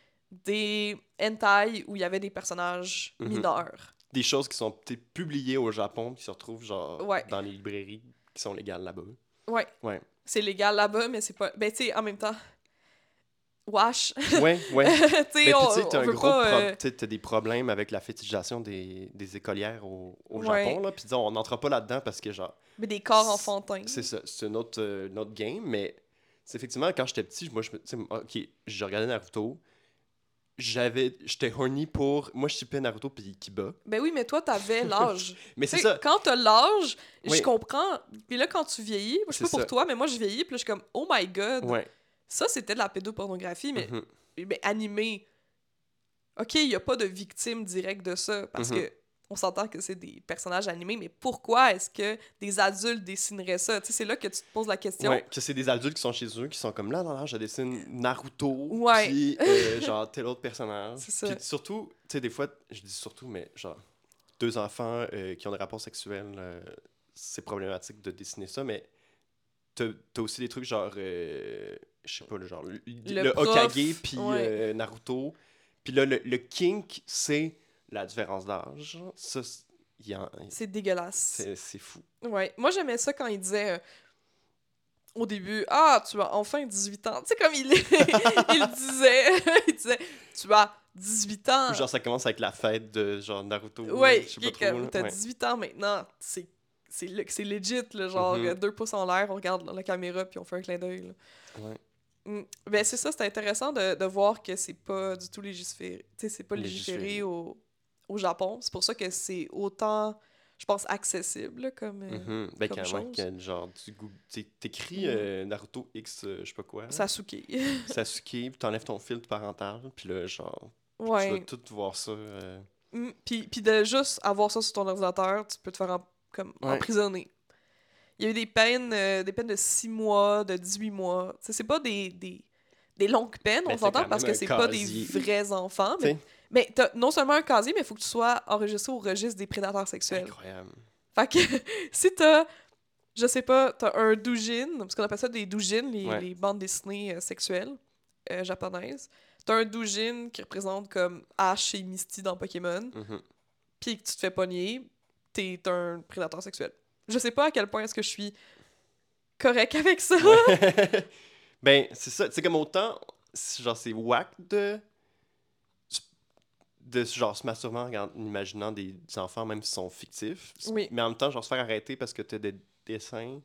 des hentai où il y avait des personnages Mhm. mineurs. Des choses qui sont peut-être publiées au Japon, qui se retrouvent genre Ouais. dans les librairies qui sont légales là-bas. Ouais. Ouais. C'est légal là-bas, mais c'est pas... Ben, tu sais, en même temps... Wesh! Ouais, ouais. tu sais, Mais on, tu sais, t'as on un veut gros pas... pro- euh, tu sais, t'as des problèmes avec la fétichisation des, des écolières au, au Ouais. Japon, là. Puis disons, on n'entre pas là-dedans parce que, genre, mais des corps enfantins. c'est ça, c'est une autre, euh, une autre game, mais c'est effectivement, quand j'étais petit, moi, je me... tu sais, ok, j'ai regardé Naruto, j'avais... J'étais horny pour... Moi, je typais Naruto puis Kiba. Ben oui, mais toi, t'avais l'âge. Mais Tu c'est sais, ça. quand t'as l'âge, Oui. je comprends. Puis là, quand tu vieillis, moi, je sais C'est pas pour ça. toi, mais moi, je vieillis, puis là, je suis comme, oh my god, Ouais. ça, c'était de la pédopornographie, mais, Mhm. mais animée. OK, il y a pas de victime directe de ça, parce Mhm. que on s'entend que c'est des personnages animés, mais pourquoi est-ce que des adultes dessineraient ça? Tu sais, c'est là que tu te poses la question. Ouais, que c'est des adultes qui sont chez eux, qui sont comme là, non, non, je dessine Naruto, Ouais. puis euh, genre tel autre personnage. C'est ça. Puis surtout, tu sais, des fois, je dis surtout, mais genre, deux enfants euh, qui ont des rapports sexuels, euh, c'est problématique de dessiner ça, mais t'as t'as aussi des trucs genre, euh, je sais pas, le genre, le, Le le prof, Hokage, puis ouais. euh, Naruto. Puis là, le, le kink, c'est la différence d'âge. Ça, c'est, y en- C'est dégueulasse. c'est, c'est fou. Ouais. Moi, j'aimais ça quand il disait... euh, au début, ah, tu as enfin dix-huit ans. Tu sais, comme il, il disait, il disait, tu as dix-huit ans. Ou genre, ça commence avec la fête de genre Naruto. Ouais, je sais qui pas est trop. comme, là. t'as Ouais. dix-huit ans maintenant. C'est, c'est, le- c'est legit, là, genre, Mhm. euh, deux pouces en l'air, on regarde la caméra, puis on fait un clin d'œil. là. Ouais. Mm. Ben, c'est ça, c'est intéressant de, de voir que c'est pas du tout légiféré. Tu sais, c'est pas Légiféré. légiféré au, au Japon. C'est pour ça que c'est autant, je pense, accessible là, comme, euh, Mhm. Ben, comme carrément, chose. que, genre, tu goog- t'é- t'écris Mhm. euh, Naruto X, euh, je sais pas quoi. Sasuke. Sasuke, puis t'enlèves ton filtre parental, puis là, genre, tu vas Ouais. tout voir ça. euh, Mm. Puis, puis de juste avoir ça sur ton ordinateur, tu peux te faire em- comme Ouais. emprisonner. Il y a eu des peines, euh, des peines de six mois, de dix-huit mois. Tu sais, c'est pas des, des, des longues peines, Mais on t'as s'entend, quand parce même que un c'est pas des casier. vrais enfants. Tu Mais, sais, mais t'as non seulement un casier, mais il faut que tu sois enregistré au registre des prédateurs sexuels. incroyable. Fait que si t'as, je sais pas, t'as un doujin, parce qu'on appelle ça des doujins, les, Ouais. les bandes dessinées euh, sexuelles euh, japonaises. T'as un doujin qui représente comme Ash et Misty dans Pokémon. Mhm. Puis que tu te fais pogner, t'es un prédateur sexuel. Je sais pas à quel point est-ce que je suis correct avec ça. Ouais. Ben, c'est ça. Tu sais, comme autant, c'est- genre, c'est whack de. de genre se masturber en, regard- en imaginant des, des enfants, même s'ils sont fictifs. Oui. Mais en même temps, genre, se faire arrêter parce que t'as des dessins.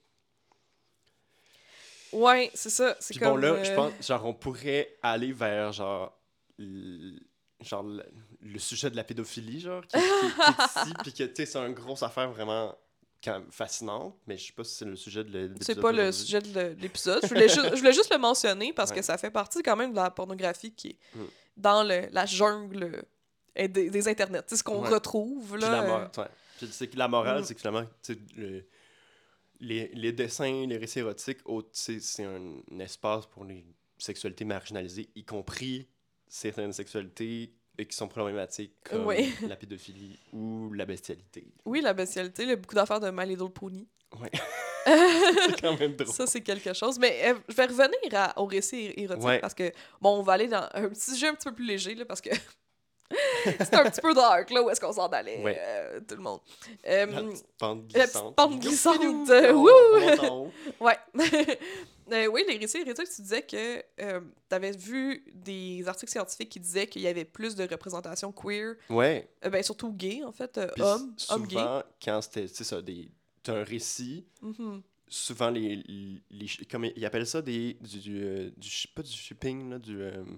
Ouais, c'est ça. C'est Puis comme. bon, là, je euh, pense, genre, on pourrait aller vers, genre, l- genre le, le sujet de la pédophilie, genre, qui, qui- qui est ici, puis que, tu sais, c'est une grosse affaire vraiment quand même fascinante, mais je sais pas si c'est le sujet de l'é- de C'est l'épisode pas le d'aujourd'hui. sujet de le- de l'épisode. Je voulais, juste, je voulais juste le mentionner parce que Ouais. ça fait partie quand même de la pornographie qui est Mm. dans le, la jungle euh, des, des internets. C'est ce qu'on Ouais. retrouve. Puis Là, la, euh, mor- ouais. Puis c'est que la morale, Mm. c'est que finalement, tu sais, le- les, les dessins, les récits érotiques, au- tu sais, c'est un, un espace pour les sexualités marginalisées, y compris certaines sexualités euh, qui sont problématiques comme Ouais. la pédophilie ou la bestialité. Oui, la bestialité. Il y a beaucoup d'affaires de My Little Pony. Ouais. C'est quand même drôle. Ça, c'est quelque chose. Mais euh, je vais revenir à- au récit érotique Ouais. parce que, bon, on va aller dans un petit sujet un petit peu plus léger, là, parce que c'est un petit peu dark, là, où est-ce qu'on s'en allait, Ouais. euh, tout le monde. Euh, La petite pente la petite glissante. pente glissante, Youpidou, euh, on- wouh! on monte en haut. ouais. Euh, oui, les récits érotiques, tu disais que euh, tu avais vu des articles scientifiques qui disaient qu'il y avait plus de représentation queer, Ouais. euh, ben, surtout gay, en fait, euh, Puis hommes, hommes gays. souvent, quand c'était, c'est ça, des, t'as un récit, Mhm. souvent les, les, les- comme ils appellent ça des du, du, euh, du shi- pas du shipping là, du euh,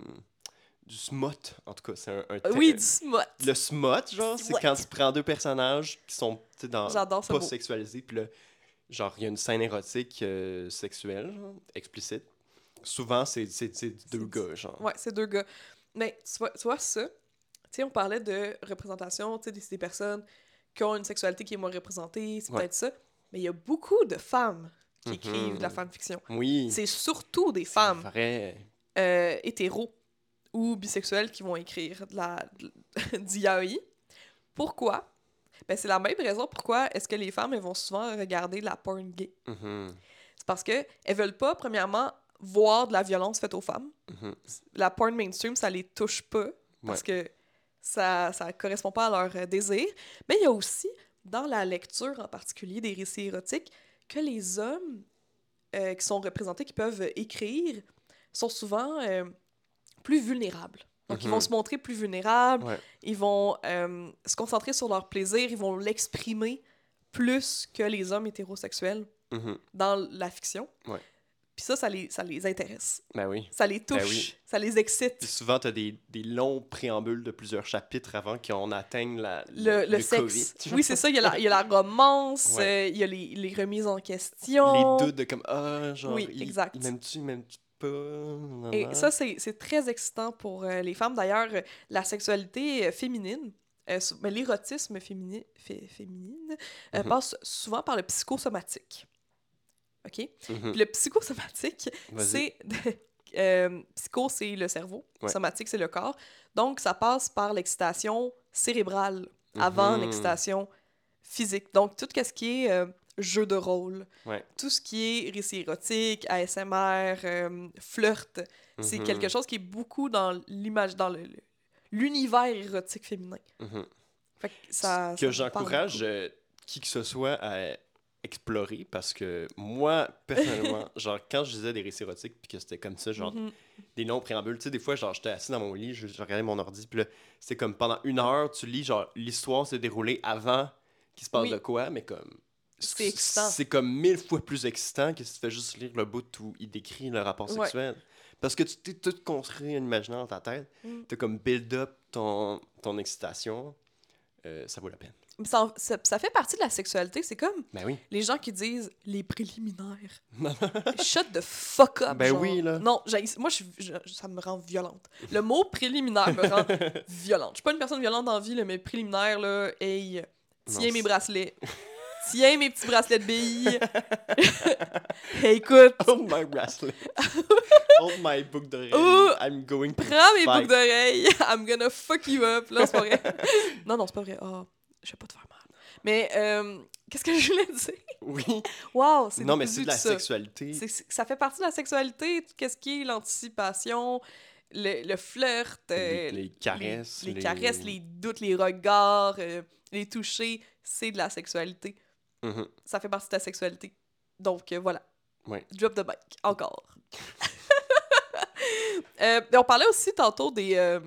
du smut en tout cas, c'est un, un Euh, te- oui, du smut. le smut genre, c'est Smut. quand tu prends deux personnages qui sont tu sais, dans J'adore ce pas mot. sexualisés puis là genre il y a une scène érotique euh, sexuelle genre, explicite. Souvent c'est c'est c'est deux C'est- gars genre. Ouais, c'est deux gars. Mais tu vois, tu vois ça, tu sais, on parlait de représentation, tu sais, des, des personnes qui ont une sexualité qui est moins représentée, c'est Ouais. peut-être ça. Mais il y a beaucoup de femmes qui Mhm. écrivent de la fanfiction. Oui. C'est surtout des c'est femmes vrai. euh, hétéros ou bisexuelles qui vont écrire de la, de- du yaoi. Pourquoi? Ben, c'est la même raison pourquoi est-ce que les femmes elles vont souvent regarder la porn gay. Mhm. C'est parce que elles veulent pas, premièrement, voir de la violence faite aux femmes. Mhm. La porn mainstream, ça les touche pas parce que ça ça correspond pas à leur euh, désir. Mais il y a aussi, dans la lecture en particulier des récits érotiques, que les hommes euh, qui sont représentés, qui peuvent écrire, sont souvent euh, plus vulnérables. Donc, ils Mhm. vont se montrer plus vulnérables, Ouais. ils vont euh, se concentrer sur leur plaisir, ils vont l'exprimer plus que les hommes hétérosexuels Mhm. dans la fiction. Ouais. Puis ça, ça les, ça les intéresse. Ben oui. Ça les touche, Ben oui. ça les excite. Puis souvent, tu as des, des longs préambules de plusieurs chapitres avant qu'on atteigne la, Le, le, sexe. COVID. Oui, c'est ça. Il y a la, il y a la romance, Ouais. euh, il y a les, les remises en question. Les doutes de comme, ah, genre, Oui, il, exact. il m'aime-tu, il m'aime-tu pas? Nan, Et nan. ça, c'est c'est très excitant pour euh, les femmes. D'ailleurs, euh, la sexualité euh, féminine, euh, sou- mais l'érotisme fémini- fé- féminine, euh, Mhm. passe souvent par le psychosomatique. OK? Mhm. Puis le psychosomatique, Vas-y. c'est... euh, psycho, c'est le cerveau. Ouais. Somatique, c'est le corps. Donc, ça passe par l'excitation cérébrale avant Mhm. l'excitation physique. Donc, tout ce qui est euh, jeu de rôle, Ouais. tout ce qui est récit érotique, A S M R, euh, flirt, c'est Mhm. quelque chose qui est beaucoup dans l'image, dans le, le- l'univers érotique féminin. Mhm. Fait que ça... Que ça me parle j'encourage beaucoup. euh, qui que ce soit à explorer parce que moi, personnellement, genre quand je lisais des récits érotiques puis que c'était comme ça, genre Mhm. des longs préambules, tu sais, des fois, genre j'étais assis dans mon lit, je, je regardais mon ordi, puis là, c'était comme pendant une heure, tu lis, genre l'histoire s'est déroulée avant qu'il se passe de Oui, quoi, mais comme. c'est c- excitant. C'est comme mille fois plus excitant que si tu fais juste lire le bout où il décrit le rapport Ouais. sexuel. Parce que tu t'es tout construit un imaginaire dans ta tête, Mm. t'as comme build up ton, ton excitation, euh, ça vaut la peine. Mais Ça, ça, ça fait partie de la sexualité. C'est comme Ben oui. les gens qui disent les préliminaires. Shut the fuck up, Ben genre. oui, là. Non, j'haïs- moi, je, je- ça me rend violente. Le mot préliminaire me rend violente. Je suis pas une personne violente dans la vie, là, mais préliminaire, là, hey, Non, tiens mes c'est- bracelets. Tiens mes petits bracelets de billes. Hey, écoute, Hold my bracelet. Hold my boucle d'oreille. Ouh! I'm going to prends mes fight. boucles d'oreilles. I'm gonna fuck you up. Là, c'est pas vrai. Non, non, c'est pas vrai. Ah, je vais pas te faire mal. Mais, euh, qu'est-ce que je voulais dire? Oui. Wow, c'est Non, mais décousu, c'est de la tout ça. sexualité. C'est- c'est- ça fait partie de la sexualité, qu'est-ce qui est l'anticipation, le, le flirt, Les, euh, les caresses. les, les caresses, les doutes, les regards, euh, les touchers, c'est de la sexualité. Mhm. Ça fait partie de la sexualité. Donc, euh, voilà. Ouais. Drop the mic. Encore. Euh, on parlait aussi tantôt des, euh,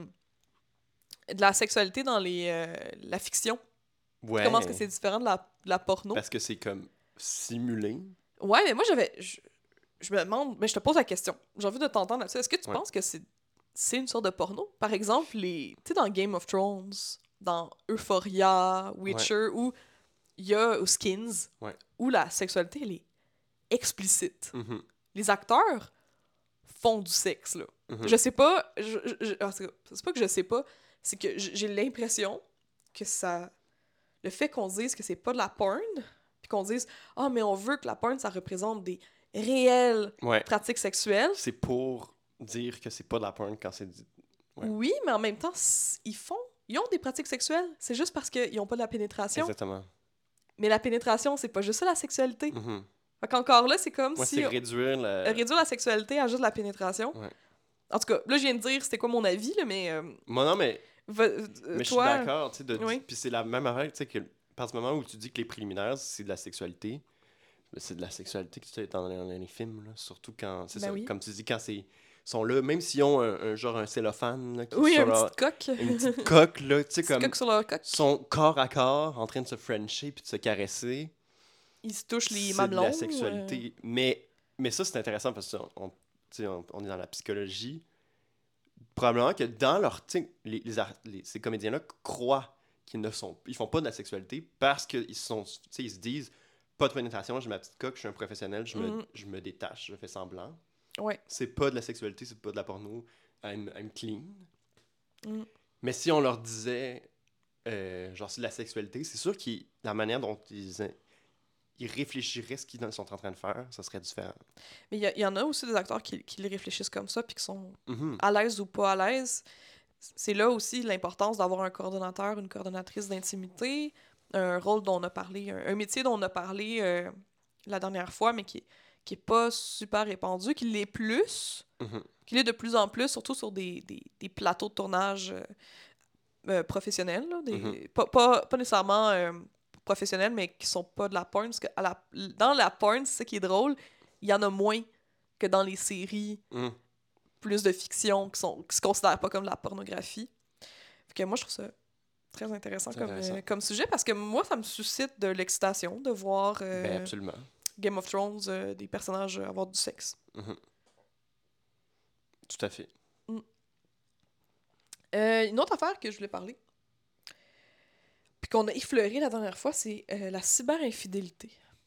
de la sexualité dans les, euh, la fiction. Ouais. Comment est-ce que c'est différent de la, de la porno? Parce que c'est comme simulé. Ouais, mais moi, j'avais... Je, je me demande... Mais je te pose la question. J'ai envie de t'entendre là-dessus. Est-ce que tu Ouais. penses que c'est c'est une sorte de porno? Par exemple, les... Tu sais, dans Game of Thrones, dans Euphoria, Witcher, où il y a ou Skins, Ouais. où la sexualité, elle est explicite. Mhm. Les acteurs font du sexe, là. Mhm. Je sais pas... Je, je- je- ah, c'est c'est pas que je sais pas, c'est que j- j'ai l'impression que ça... Le fait qu'on dise que c'est pas de la porn, puis qu'on dise « Ah, mais on veut que la porn, ça représente des réelles Ouais. pratiques sexuelles. C'est pour dire que c'est pas de la porn quand c'est dit. Ouais. Oui, mais en même temps, s- ils font... Ils ont des pratiques sexuelles. C'est juste parce qu'ils ont pas de la pénétration. Exactement. Mais la pénétration, c'est pas juste ça, la sexualité. Mhm. Fait qu'encore là, c'est comme Moi, si... c'est on- réduire la. réduire la sexualité à juste la pénétration. Ouais. En tout cas, là, je viens de dire c'était quoi mon avis, là, mais... euh, Moi, non, mais. va- euh, Mais je suis toi... d'accord, tu sais, de Oui. puis c'est la même affaire, tu sais, que à partir du moment où tu dis que les préliminaires, c'est de la sexualité, ben, c'est de la sexualité que tu sais dans, dans les films, là, surtout quand, c'est Ben ça, oui. comme tu dis, quand c'est sont là, même s'ils ont un, un genre un cellophane, là, qui Oui, sur une leur- petite coque. une petite coque, là, tu sais, Petite comme, coque sur leur coque. sont corps à corps, en train de se frencher puis de se caresser, Ils se touchent les c'est de mamelons. la euh, sexualité. Mais, mais ça, c'est intéressant parce qu'on on, tu sais, on, on est dans la psychologie. Probablement que dans leur... tu sais, Les, les, ar- les- ces comédiens-là croient qu'ils ne sont... Ils font pas de la sexualité parce qu'ils sont, tu sais, ils se disent « Pas de pénétration, j'ai ma petite coque, je suis un professionnel, je, me, Mhm. je me détache, je fais semblant. Ouais. » C'est pas de la sexualité, c'est pas de la porno. I'm, I'm clean. Mhm. Mais si on leur disait, euh, genre, c'est de la sexualité, c'est sûr que la manière dont ils, ils réfléchiraient ce qu'ils sont en train de faire, ça serait différent. Mais il y, a- il y en a aussi des acteurs qui, qui le réfléchissent comme ça, puis qui sont Mhm. à l'aise ou pas à l'aise. C'est là aussi l'importance d'avoir un coordonnateur, une coordonnatrice d'intimité, un rôle dont on a parlé, un, un métier dont on a parlé euh, la dernière fois, mais qui, qui est pas super répandu, qui l'est plus, Mhm. qui l'est de plus en plus, surtout sur des, des, des plateaux de tournage euh, euh, professionnels, là, des, Mhm. pas, pas, pas nécessairement euh, professionnels, mais qui sont pas de la porn, parce que à la, dans la porn, c'est ça qui est drôle, il y en a moins que dans les séries Mhm. plus de fiction qui, sont, qui se considèrent pas comme de la pornographie. Fait que moi, je trouve ça très intéressant, C'est comme, intéressant. euh, comme sujet, parce que moi, ça me suscite de l'excitation de voir euh, Ben, absolument. Game of Thrones, euh, des personnages euh, avoir du sexe. Mhm. Tout à fait. Euh, une autre affaire que je voulais parler, puis qu'on a effleuré la dernière fois, c'est euh, la cyber-infidélité.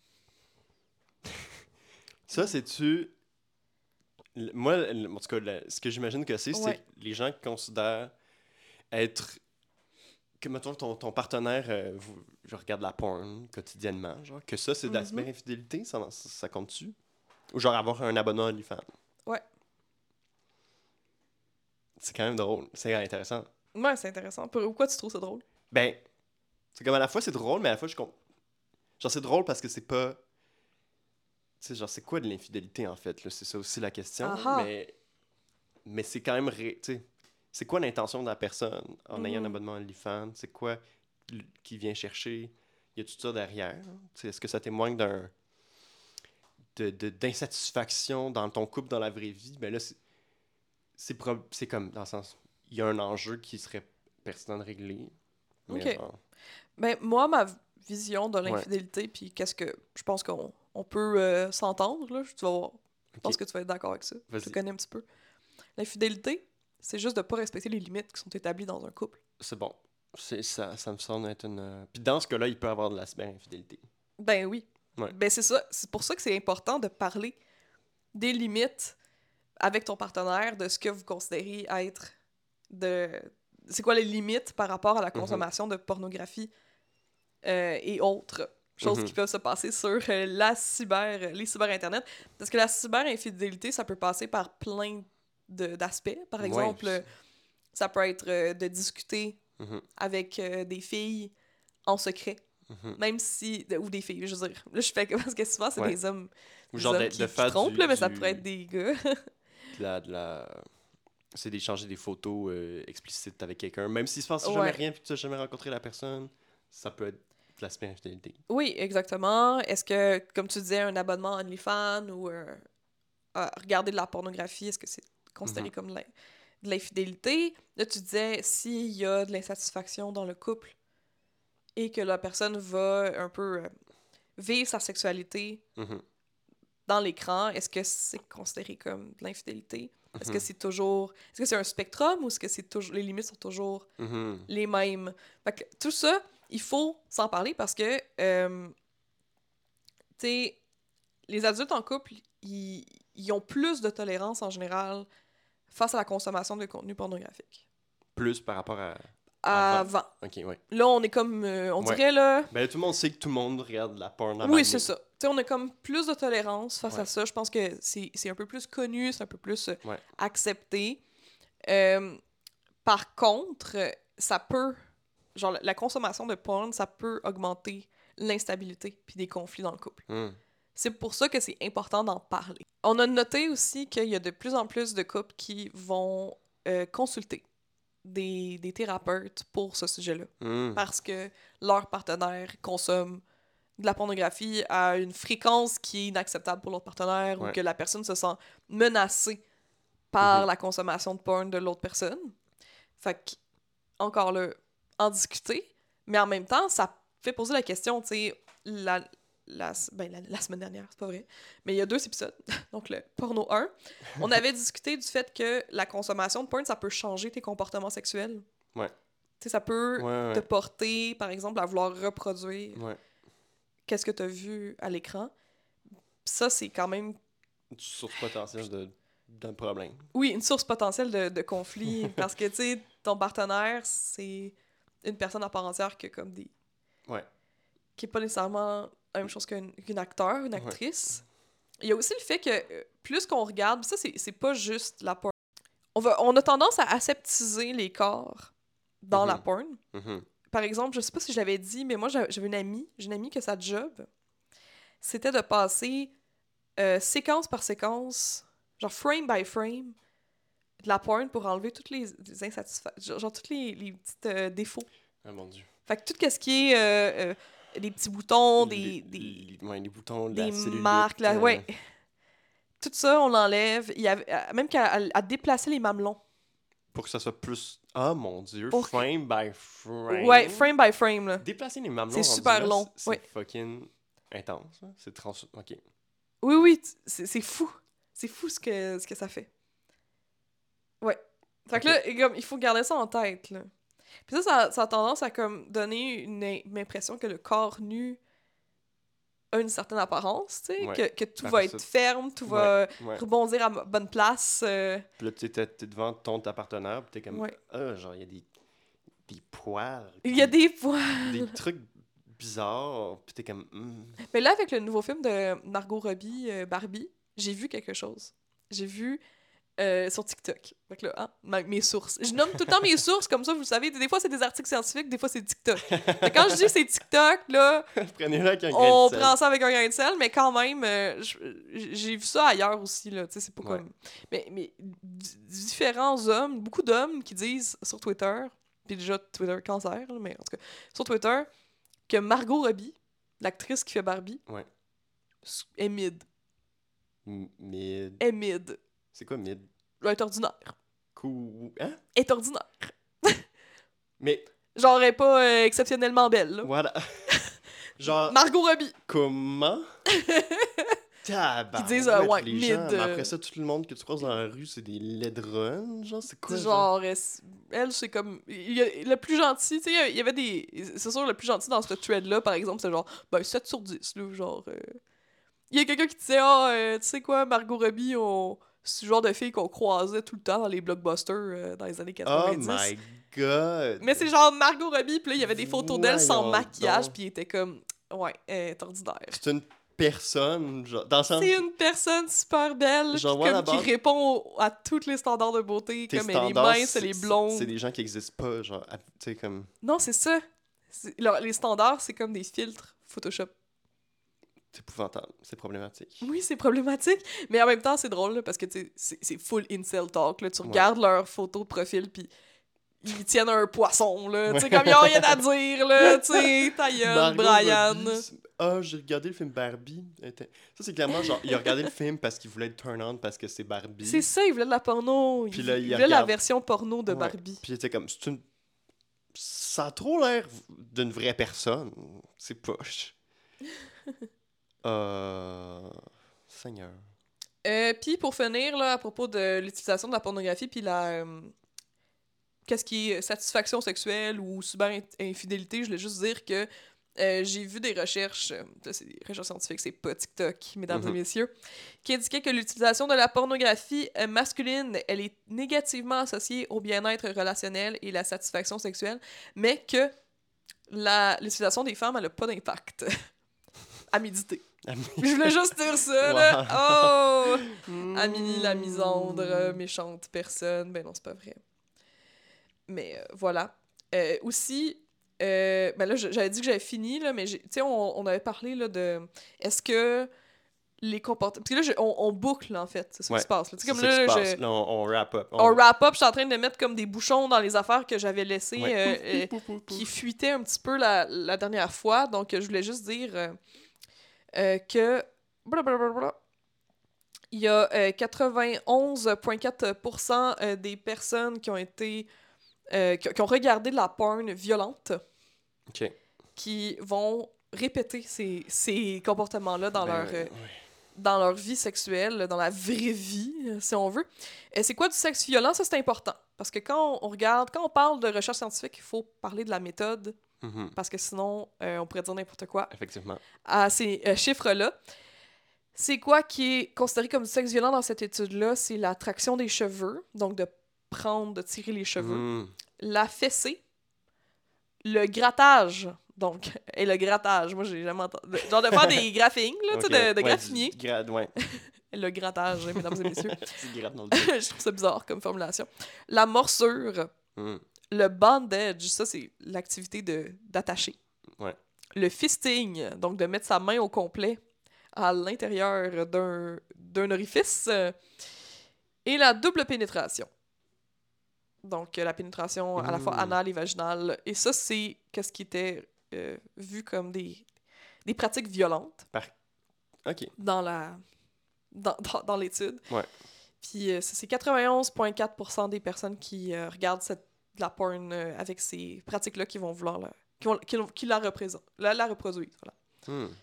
Ça, c'est-tu... l- Moi, l- en tout cas, la- ce que j'imagine que c'est, Ouais. c'est les gens qui considèrent être... Que, mettons, ton, ton partenaire, euh, vous- je regarde la porn quotidiennement, genre, que ça, c'est de la Mhm. cyber-infidélité, ça, ça, ça compte-tu? Ou genre avoir un abonnement à OnlyFans? Ouais. C'est quand même drôle, c'est intéressant. Ouais, c'est intéressant. Pourquoi tu trouves ça drôle? Ben, c'est comme à la fois c'est drôle, mais à la fois je compte. Genre c'est drôle parce que c'est pas. Tu sais, genre c'est quoi de l'infidélité en fait, là? C'est ça aussi la question. Ah ah. Mais, mais c'est quand même. Ré... Tu sais, c'est quoi l'intention de la personne en ayant un Mhm. abonnement à OnlyFans? C'est quoi. qui vient chercher, il y a tout ça derrière. T'sais, est-ce que ça témoigne d'un de, de, d'insatisfaction dans ton couple dans la vraie vie? Ben là, c'est, c'est, pro- c'est comme, dans le sens, il y a un enjeu qui serait pertinent de régler. Mais Ok. genre, Ben, moi, ma vision de ouais, l'infidélité, puis qu'est-ce que je pense qu'on on peut euh, s'entendre, là, tu vas voir. Je pense ok, que tu vas être d'accord avec ça. Je te vas-y. connais un petit peu. L'infidélité, c'est juste de pas respecter les limites qui sont établies dans un couple. C'est bon. C'est, ça, ça me semble être une... euh, Puis dans ce cas-là, il peut y avoir de la cyber-infidélité. Ben oui. Ouais. Ben c'est ça. C'est pour ça que c'est important de parler des limites avec ton partenaire, de ce que vous considérez être de... C'est quoi les limites par rapport à la Mhm. consommation de pornographie euh, et autres choses Mhm. qui peuvent se passer sur euh, la cyber, les cyber-internet. Parce que la cyber-infidélité, ça peut passer par plein de- d'aspects. Par Ouais, exemple, c'est- ça peut être euh, de discuter Mhm. avec euh, des filles en secret. Mhm. Même si... de- ou des filles, je veux dire. Là, je fais... Parce que souvent, c'est Ouais. des hommes, Ou des genre hommes de, qui, de qui faire trompent, du, là, mais ça pourrait du- être des gars. de la, de la... C'est d'échanger des photos euh, explicites avec quelqu'un. Même s'il se passe jamais Ouais. rien puis que tu n'as jamais rencontré la personne, ça peut être de la cyber-infidélité. Oui, exactement. Est-ce que, comme tu disais, un abonnement OnlyFans ou euh, euh, regarder de la pornographie, est-ce que c'est considéré Mhm. comme de l'in- de l'infidélité? Là, tu disais, s'il y a de l'insatisfaction dans le couple et que la personne va un peu euh, vivre sa sexualité Mhm. dans l'écran, est-ce que c'est considéré comme de l'infidélité? Est-ce que Mhm. c'est toujours... Est-ce que c'est un spectrum ou est-ce que c'est toujours... les limites sont toujours Mhm. les mêmes? Fait que tout ça, il faut s'en parler parce que, euh, tu sais, les adultes en couple, ils, ils ont plus de tolérance en général face à la consommation de contenu pornographique. Plus par rapport à avant. Avant. Ok, ouais. Là, on est comme... euh, on Ouais. dirait, là... Ben là, tout le monde sait que tout le monde regarde de la porn à Oui, maner. c'est ça. Tu sais, on a comme plus de tolérance face Ouais. à ça. Je pense que c'est c'est un peu plus connu, c'est un peu plus euh, Ouais. accepté. Euh, par contre, euh, ça peut... Genre, la- la consommation de porn, ça peut augmenter l'instabilité puis des conflits dans le couple. Mhm. C'est pour ça que c'est important d'en parler. On a noté aussi qu'il y a de plus en plus de couples qui vont euh, consulter des, des thérapeutes pour ce sujet-là. Mhm. Parce que leur partenaire consomme de la pornographie à une fréquence qui est inacceptable pour l'autre partenaire ou Ouais. que la personne se sent menacée par Mhm. la consommation de porn de l'autre personne. Fait que, encore là, en discuter, mais en même temps, ça fait poser la question, tu sais, la, la, ben, la, la semaine dernière, c'est pas vrai, mais il y a deux épisodes, donc le porno un, on avait discuté du fait que la consommation de porn, ça peut changer tes comportements sexuels. Ouais. Tu sais, ça peut Ouais, te ouais. porter, par exemple, à vouloir reproduire Ouais. qu'est-ce que tu as vu à l'écran. Puis ça, c'est quand même, Une source potentielle de, d'un problème. oui, une source potentielle de, de conflit, parce que, tu sais, ton partenaire, c'est une personne à part entière que comme des... Ouais. qui est pas nécessairement la même chose qu'un qu'un acteur, une Ouais. actrice. Il y a aussi le fait que euh, plus qu'on regarde, ça, c'est c'est pas juste la porn. On, va, on a tendance à aseptiser les corps dans la Mhm. porn. Mhm. Par exemple, je sais pas si je l'avais dit, mais moi, j'avais j'avais une amie, j'ai une amie que sa job, c'était de passer euh, séquence par séquence, genre frame by frame, de la porn pour enlever toutes les, les insatisfactions, genre, genre tous les, les petits euh, défauts. Ah mon dieu. Fait que tout ce qui est euh, euh, des petits boutons, des, Les, des, les- ouais, les boutons, des la cellulite. marques, là, euh, ouais. Tout ça, on l'enlève. Il y avait, euh, même qu'à à, à déplacer les mamelons. Pour que ça soit plus... Ah mon dieu, Pour que- frame by frame. Ouais, frame by frame, là. Déplacer les mamelons C'est rendus super là, long, c'est- c'est ouais. fucking intense. hein. C'est trans... Ok. Oui, oui, t- c'est c'est fou. C'est fou ce que, ce que ça fait. Ouais. Fait que Ok. là, et comme, il faut garder ça en tête, là. Puis ça, ça, ça a tendance à comme donner une, une impression que le corps nu a une certaine apparence, tu sais, Ouais. que, que tout Par va ça- être ferme, tout va Ouais. rebondir à m- bonne place. euh, Puis là, tu sais, t'es t'es devant ton ta partenaire, puis t'es comme... Ouais. Ah, genre, il y a des... Des poils. Il y a puis des points. Des trucs bizarres, puis t'es comme... hmm. Mais là, avec le nouveau film de Margot Robbie, euh, Barbie, j'ai vu quelque chose. J'ai vu euh, sur TikTok. Fait que là, hein, ma- mes sources. Je nomme tout le temps mes sources, comme ça, vous le savez. Des fois, c'est des articles scientifiques, des fois, c'est TikTok. Fait que quand je dis c'est TikTok, là, Prenez-le avec un grain on de sel. prend ça avec un grain de sel, mais quand même, euh, je- j'ai vu ça ailleurs aussi, là. Tu sais, c'est pas Ouais. comme... Mais, mais d- différents hommes, beaucoup d'hommes qui disent sur Twitter puis déjà Twitter cancer, là, mais en tout cas, sur Twitter, que Margot Robbie, l'actrice qui fait Barbie, Ouais. est mid. M- Mid. Est mid. C'est quoi mid? Elle est ordinaire. Cool. Hein? Elle est ordinaire. Mais, Genre, elle est pas euh, exceptionnellement belle, là. voilà. Genre, Margot Robbie. comment? Tabarouette, Qui disent, euh, ouais, les mid, gens. Mais euh, après ça, tout le monde que tu croises dans la rue, c'est des laidronnes. Genre, c'est quoi, C'est genre? genre, elle, s- elle, c'est comme. Il y a, le plus gentil, tu sais, il y avait des. C'est sûr, le plus gentil dans ce thread-là, par exemple, c'est genre, ben, sept sur dix, là, genre. euh. Il y a quelqu'un qui disait, ah, euh, tu sais quoi, Margot Robbie, on... c'est le genre de fille qu'on croisait tout le temps dans les blockbusters euh, dans les années Oh quatre-vingt-dix. my god! Mais c'est genre Margot Robbie, puis là, il y avait des photos d'elle sans Voyons maquillage, donc. puis il était comme, ouais, elle est ordinaire. C'est une personne, genre, dans le sens... C'est une personne super belle, Genre, puis voilà, comme, qui base- répond au- à tous les standards de beauté, Tes comme elle est standards, mince, elle est c'est- blonde. C'est des gens qui existent pas, genre, à- tu sais, comme... Non, c'est ça. C'est- leur- les standards, c'est comme des filtres Photoshop. C'est épouvantable, c'est problématique. Oui, c'est problématique, mais en même temps, c'est drôle, là, parce que tu sais, c'est c'est full incel talk. Là. Tu Ouais. regardes leurs photos de profil, puis ils tiennent un poisson, là. Tu sais, Ouais. comme ils ont rien à dire, là. Tu sais, ta gueule, Margot Brian. Robbie, c'est- Ah, j'ai regardé le film Barbie. Elle était- Ça, c'est clairement genre, il a regardé le film parce qu'il voulait être turn-on parce que c'est Barbie. C'est ça, ils voulaient de la porno. Ils, Puis là, ils il voulaient la regarde- version porno de Ouais. Barbie. Puis il était comme, c'est une... Ça a trop l'air d'une vraie personne. C'est poche. euh... Seigneur. Euh, puis pour finir, là, à propos de l'utilisation de la pornographie, puis la... euh, qu'est-ce qui est satisfaction sexuelle ou cyber-infidélité, je voulais juste dire que euh, j'ai vu des recherches, euh, ça, c'est des recherches scientifiques, c'est pas TikTok, mesdames Mhm. et messieurs, qui indiquaient que l'utilisation de la pornographie euh, masculine, elle est négativement associée au bien-être relationnel et la satisfaction sexuelle, mais que la- l'utilisation des femmes, elle a pas d'impact. À méditer. Je voulais juste dire ça, là. Oh! Amélie la misandre, euh, méchante personne. Ben non, c'est pas vrai. Mais euh, voilà. Euh, aussi, euh, ben là, je- j'avais dit que j'avais fini, là, mais j'ai- tu sais, on, on avait parlé là, de. Est-ce que les comportements. Parce que là, je- on, on boucle, en fait. C'est ça Ouais, qui se passe. Là. Tu sais, C'est comme ça qui là, se je- passe. Là, on, on wrap up. on wrap up, je suis en train de mettre comme des bouchons dans les affaires que j'avais laissées, Ouais. euh, Pouf, euh, pouf, pouf, pouf. qui fuitaient un petit peu la, la dernière fois. Donc, euh, je voulais juste dire euh, euh, que. Blablabla. Il y a euh, quatre-vingt-onze virgule quatre pour cent euh, des personnes qui ont été. euh, qui, qui ont regardé de la porn violente OK. qui vont répéter ces, ces comportements-là dans, Ben, leur, euh, ouais. dans leur vie sexuelle, dans la vraie vie, euh, si on veut. Et c'est quoi du sexe violent? Ça, c'est important. Parce que quand on regarde, quand on parle de recherche scientifique, il faut parler de la méthode, Mhm. parce que sinon, euh, on pourrait dire n'importe quoi Effectivement. à ces euh, chiffres-là. C'est quoi qui est considéré comme du sexe violent dans cette étude-là? C'est la traction des cheveux, donc de prendre, de tirer les cheveux. Mm. La fessée, le grattage, donc, et le grattage, moi j'ai jamais entendu, genre de faire des graphings, là, tu sais, Ok. de, de Ouais, graffiner, du gra- ouais. le grattage, hein, mesdames et messieurs, Tu grattes dans le dos. je trouve ça bizarre comme formulation, la morsure, Mm. le bandage, ça c'est l'activité de d'attacher, Ouais. le fisting, donc de mettre sa main au complet à l'intérieur d'un d'un orifice, euh, et la double pénétration. Donc, euh, la pénétration à la fois Mm. anale et vaginale. Et ça, c'est qu'est-ce qui était euh, vu comme des, des pratiques violentes OK. dans la dans, dans, dans l'étude. Ouais. Puis euh, ça, c'est quatre-vingt-onze virgule quatre pour cent des personnes qui euh, regardent cette, de la porn euh, avec ces pratiques-là qui vont vouloir la, qui, vont, qui, qui la représentent, la, la reproduisent. Voilà. Hmm.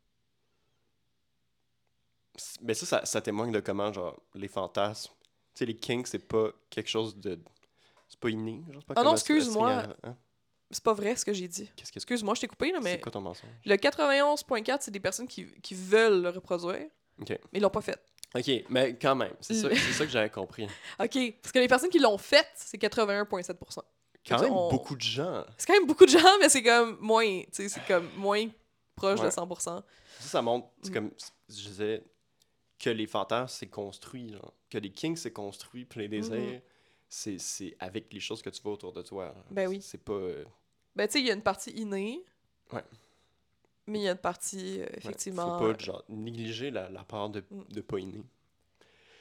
C- Mais ça, ça, ça témoigne de comment, genre, les fantasmes, tu sais, les kinks, c'est pas quelque chose de... C'est pas inné, genre, c'est pas Ah non, comme un- excuse-moi. un signal, hein? C'est pas vrai ce que j'ai dit. Qu'est-ce que c'est? Excuse-moi, je t'ai coupé, là, C'est mais quoi ton mensonge? le quatre-vingt-onze virgule quatre, c'est des personnes qui, qui veulent le reproduire, OK. mais ils l'ont pas fait. OK, mais quand même, c'est ça, Le- c'est ça que j'avais compris. OK, parce que les personnes qui l'ont fait, c'est quatre-vingt-un virgule sept pour cent. Quand Fait que même on- beaucoup de gens. C'est quand même beaucoup de gens, mais c'est comme moins, tu sais, c'est comme moins proche de Ouais. cent pour cent. Ça, ça montre, c'est Mm. comme, je disais, que les fantasmes, c'est construit, genre. Que les kinks, c'est construit, puis les désirs, c'est, c'est avec les choses que tu vois autour de toi. Ben oui. C'est pas... euh, Ben, tu sais, il y a une partie innée. Ouais. Mais il y a une partie, euh, ouais, effectivement... faut pas, genre, négliger la, la part de, Mm. de pas inné.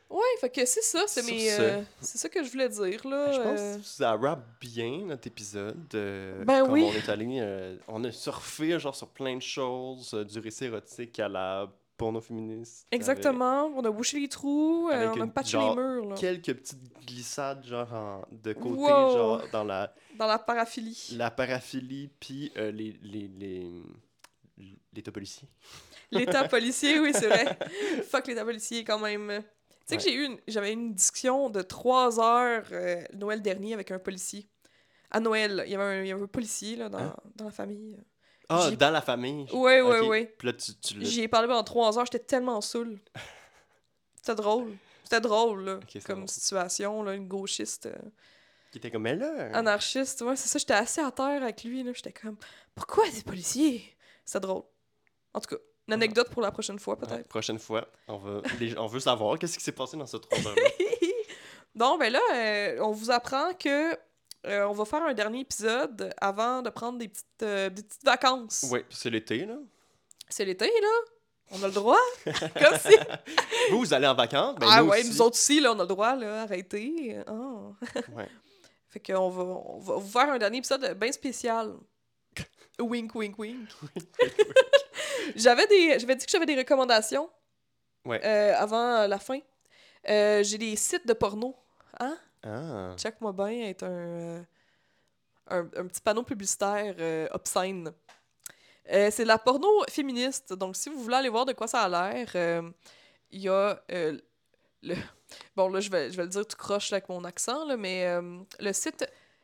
Ouais, fait que c'est ça, c'est Sur mes... ce. euh, c'est ça que je voulais dire, là. Je pense euh. que ça rappe bien notre épisode. euh, Ben comme oui. on est allé, euh, on a surfé genre sur plein de choses, euh, du récit érotique à la porno féministe. Exactement, on a bouché les trous, Avec, euh, avec on a une, patché genre, les murs, là. quelques petites glissades genre en- de côté, Wow! genre dans la, Dans la paraphilie. la paraphilie, puis euh, les, les, les, l'état policier. L'état policier, oui, c'est vrai. Fuck l'état policier, quand même. Tu sais Ouais. que j'ai eu une... j'avais une discussion de trois heures euh, Noël dernier avec un policier. À Noël, il y avait un, il y avait un policier, là, dans, Hein? dans la famille. Ah, J'ai- dans la famille. Ouais, ouais, Ok. ouais. Puis là, tu, tu l'as. J'y ai parlé pendant trois heures, j'étais tellement saoul. C'était drôle. C'était drôle, là, Ok, c'est comme drôle. situation, là, une gauchiste... euh, Qui était comme, mais là. anarchiste, ouais, c'est ça, j'étais assis à terre avec lui, là, j'étais comme, pourquoi des policiers? C'était drôle. En tout cas, une anecdote pour la prochaine fois, Ouais, peut-être. prochaine fois, on, va, les- on veut savoir qu'est-ce qui s'est passé dans ce trois heures-là. Non, ben là, euh, on vous apprend que euh, on va faire un dernier épisode avant de prendre des petites, euh, des petites vacances. Oui, c'est l'été, là. C'est l'été, là. On a le droit. Comme si... Vous, vous allez en vacances, ben ah nous ouais, aussi. nous autres aussi, là, on a le droit, là, arrêtez. Ah. Ouais. Fait qu'on va, on va vous faire un dernier épisode bien spécial. Wink, wink, wink. J'avais des, j'avais dit que j'avais des recommandations Ouais. euh, avant la fin. Euh, j'ai des sites de porno. Hein? Ah. Check-moi bien, est un, euh, un, un petit panneau publicitaire euh, obscène. Euh, c'est de la porno féministe. Donc, si vous voulez aller voir de quoi ça a l'air, euh, il y a euh, le... Bon, là, je vais, je vais le dire tout croche là, avec mon accent, là, mais euh, le site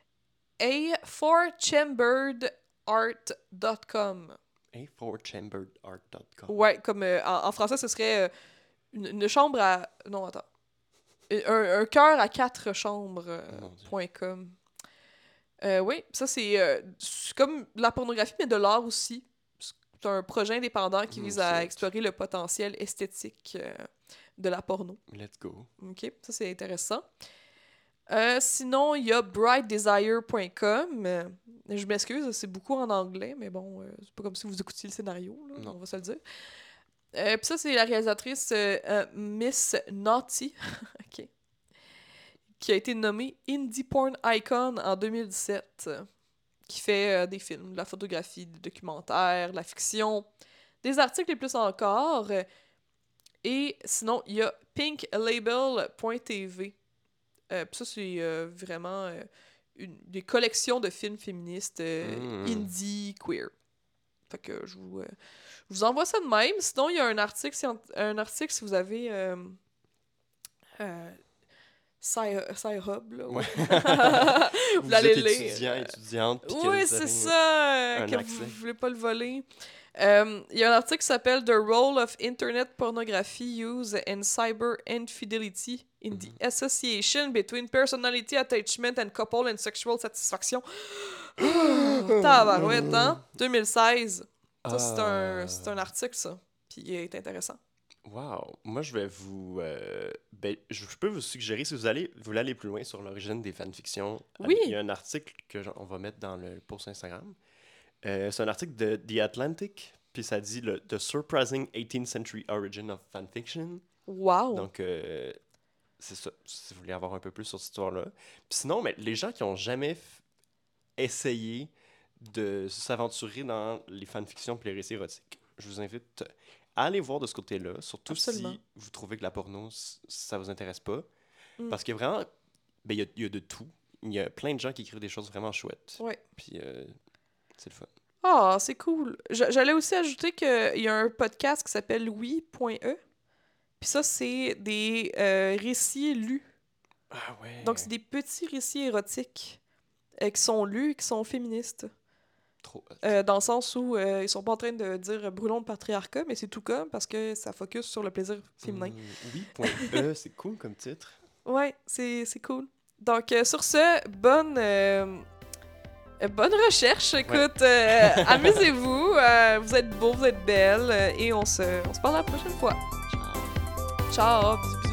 a four chambered art dot com. a four chambered art dot com. Ouais, comme euh, en, en français, ce serait euh, une, une chambre à... Non, attends. Un, un cœur à quatre chambres. euh, Mon Dieu. point com. Euh, oui, ça, c'est euh, c'est comme de la pornographie, mais de l'art aussi. C'est un projet indépendant qui Mm, vise c'est à hot. explorer le potentiel esthétique euh, de la porno. Let's go. OK, ça, c'est intéressant. Euh, sinon, il y a bright desire point com. Euh, je m'excuse, c'est beaucoup en anglais, mais bon, euh, c'est pas comme si vous écoutiez le scénario, là, Non. on va se le dire. Euh, Puis ça, c'est la réalisatrice euh, euh, Miss Naughty, OK, qui a été nommée Indie Porn Icon en deux mille dix-sept, euh, qui fait euh, des films, de la photographie, des documentaires, de la fiction, des articles et plus encore. euh, et sinon, il y a pink label point t v. Euh, Puis ça, c'est euh, vraiment euh, une, des collections de films féministes euh, Mm. indie, queer. Fait que je vous, euh, je vous envoie ça de même. Sinon, il y a un article, si, un article si vous avez euh, euh, Sci- Sci-Hub, là. Ouais. vous Vous allez êtes le lire. étudiant, étudiante, puis que Oui, vous c'est avez ça, un que accès. vous, vous voulez pas le voler. Euh, Il y a un article qui s'appelle The Role of Internet Pornography Use and Cyber Infidelity in the Mhm. Association Between Personality Attachment and Couple and Sexual Satisfaction. Oh, tabarouette, hein? deux mille seize. Ça, c'est un, c'est un article, ça. Puis il est intéressant. Wow. Moi, je vais vous... euh, ben, je je peux vous suggérer, si vous allez, vous voulez aller plus loin sur l'origine des fanfictions, Oui. il y a un article que j'en- on va mettre dans le post Instagram. Euh, c'est un article de The Atlantic, puis ça dit le, The Surprising eighteenth Century Origin of Fanfiction. Wow! Donc, euh, c'est ça, si vous voulez avoir un peu plus sur cette histoire-là. Puis sinon, mais les gens qui ont jamais f- essayé de s'aventurer dans les fanfictions et les récits érotiques, je vous invite à aller voir de ce côté-là, surtout Absolument. si vous trouvez que la porno, c- ça vous intéresse pas. Mm. Parce que vraiment, ben, il y, a- il y a de tout. Il y a plein de gens qui écrivent des choses vraiment chouettes. Ouais. Puis, euh, c'est le fun. Ah, c'est cool. J- J'allais aussi ajouter qu'il y a un podcast qui s'appelle oui point e. Puis ça, c'est des euh, récits lus. Ah ouais. Donc, c'est des petits récits érotiques euh, qui sont lus et qui sont féministes. Trop hot. Euh, dans le sens où euh, ils sont pas en train de dire brûlons le patriarcat, mais c'est tout comme parce que ça focus sur le plaisir féminin. Mm, oui, point E, c'est cool comme titre. Ouais, c'est c'est cool. Donc, euh, sur ce, bonne, euh, euh, bonne recherche. Écoute, euh, amusez-vous. euh, vous êtes beaux, vous êtes belles. euh, et on se, on se parle la prochaine fois. Ciao! Bisous, bisous.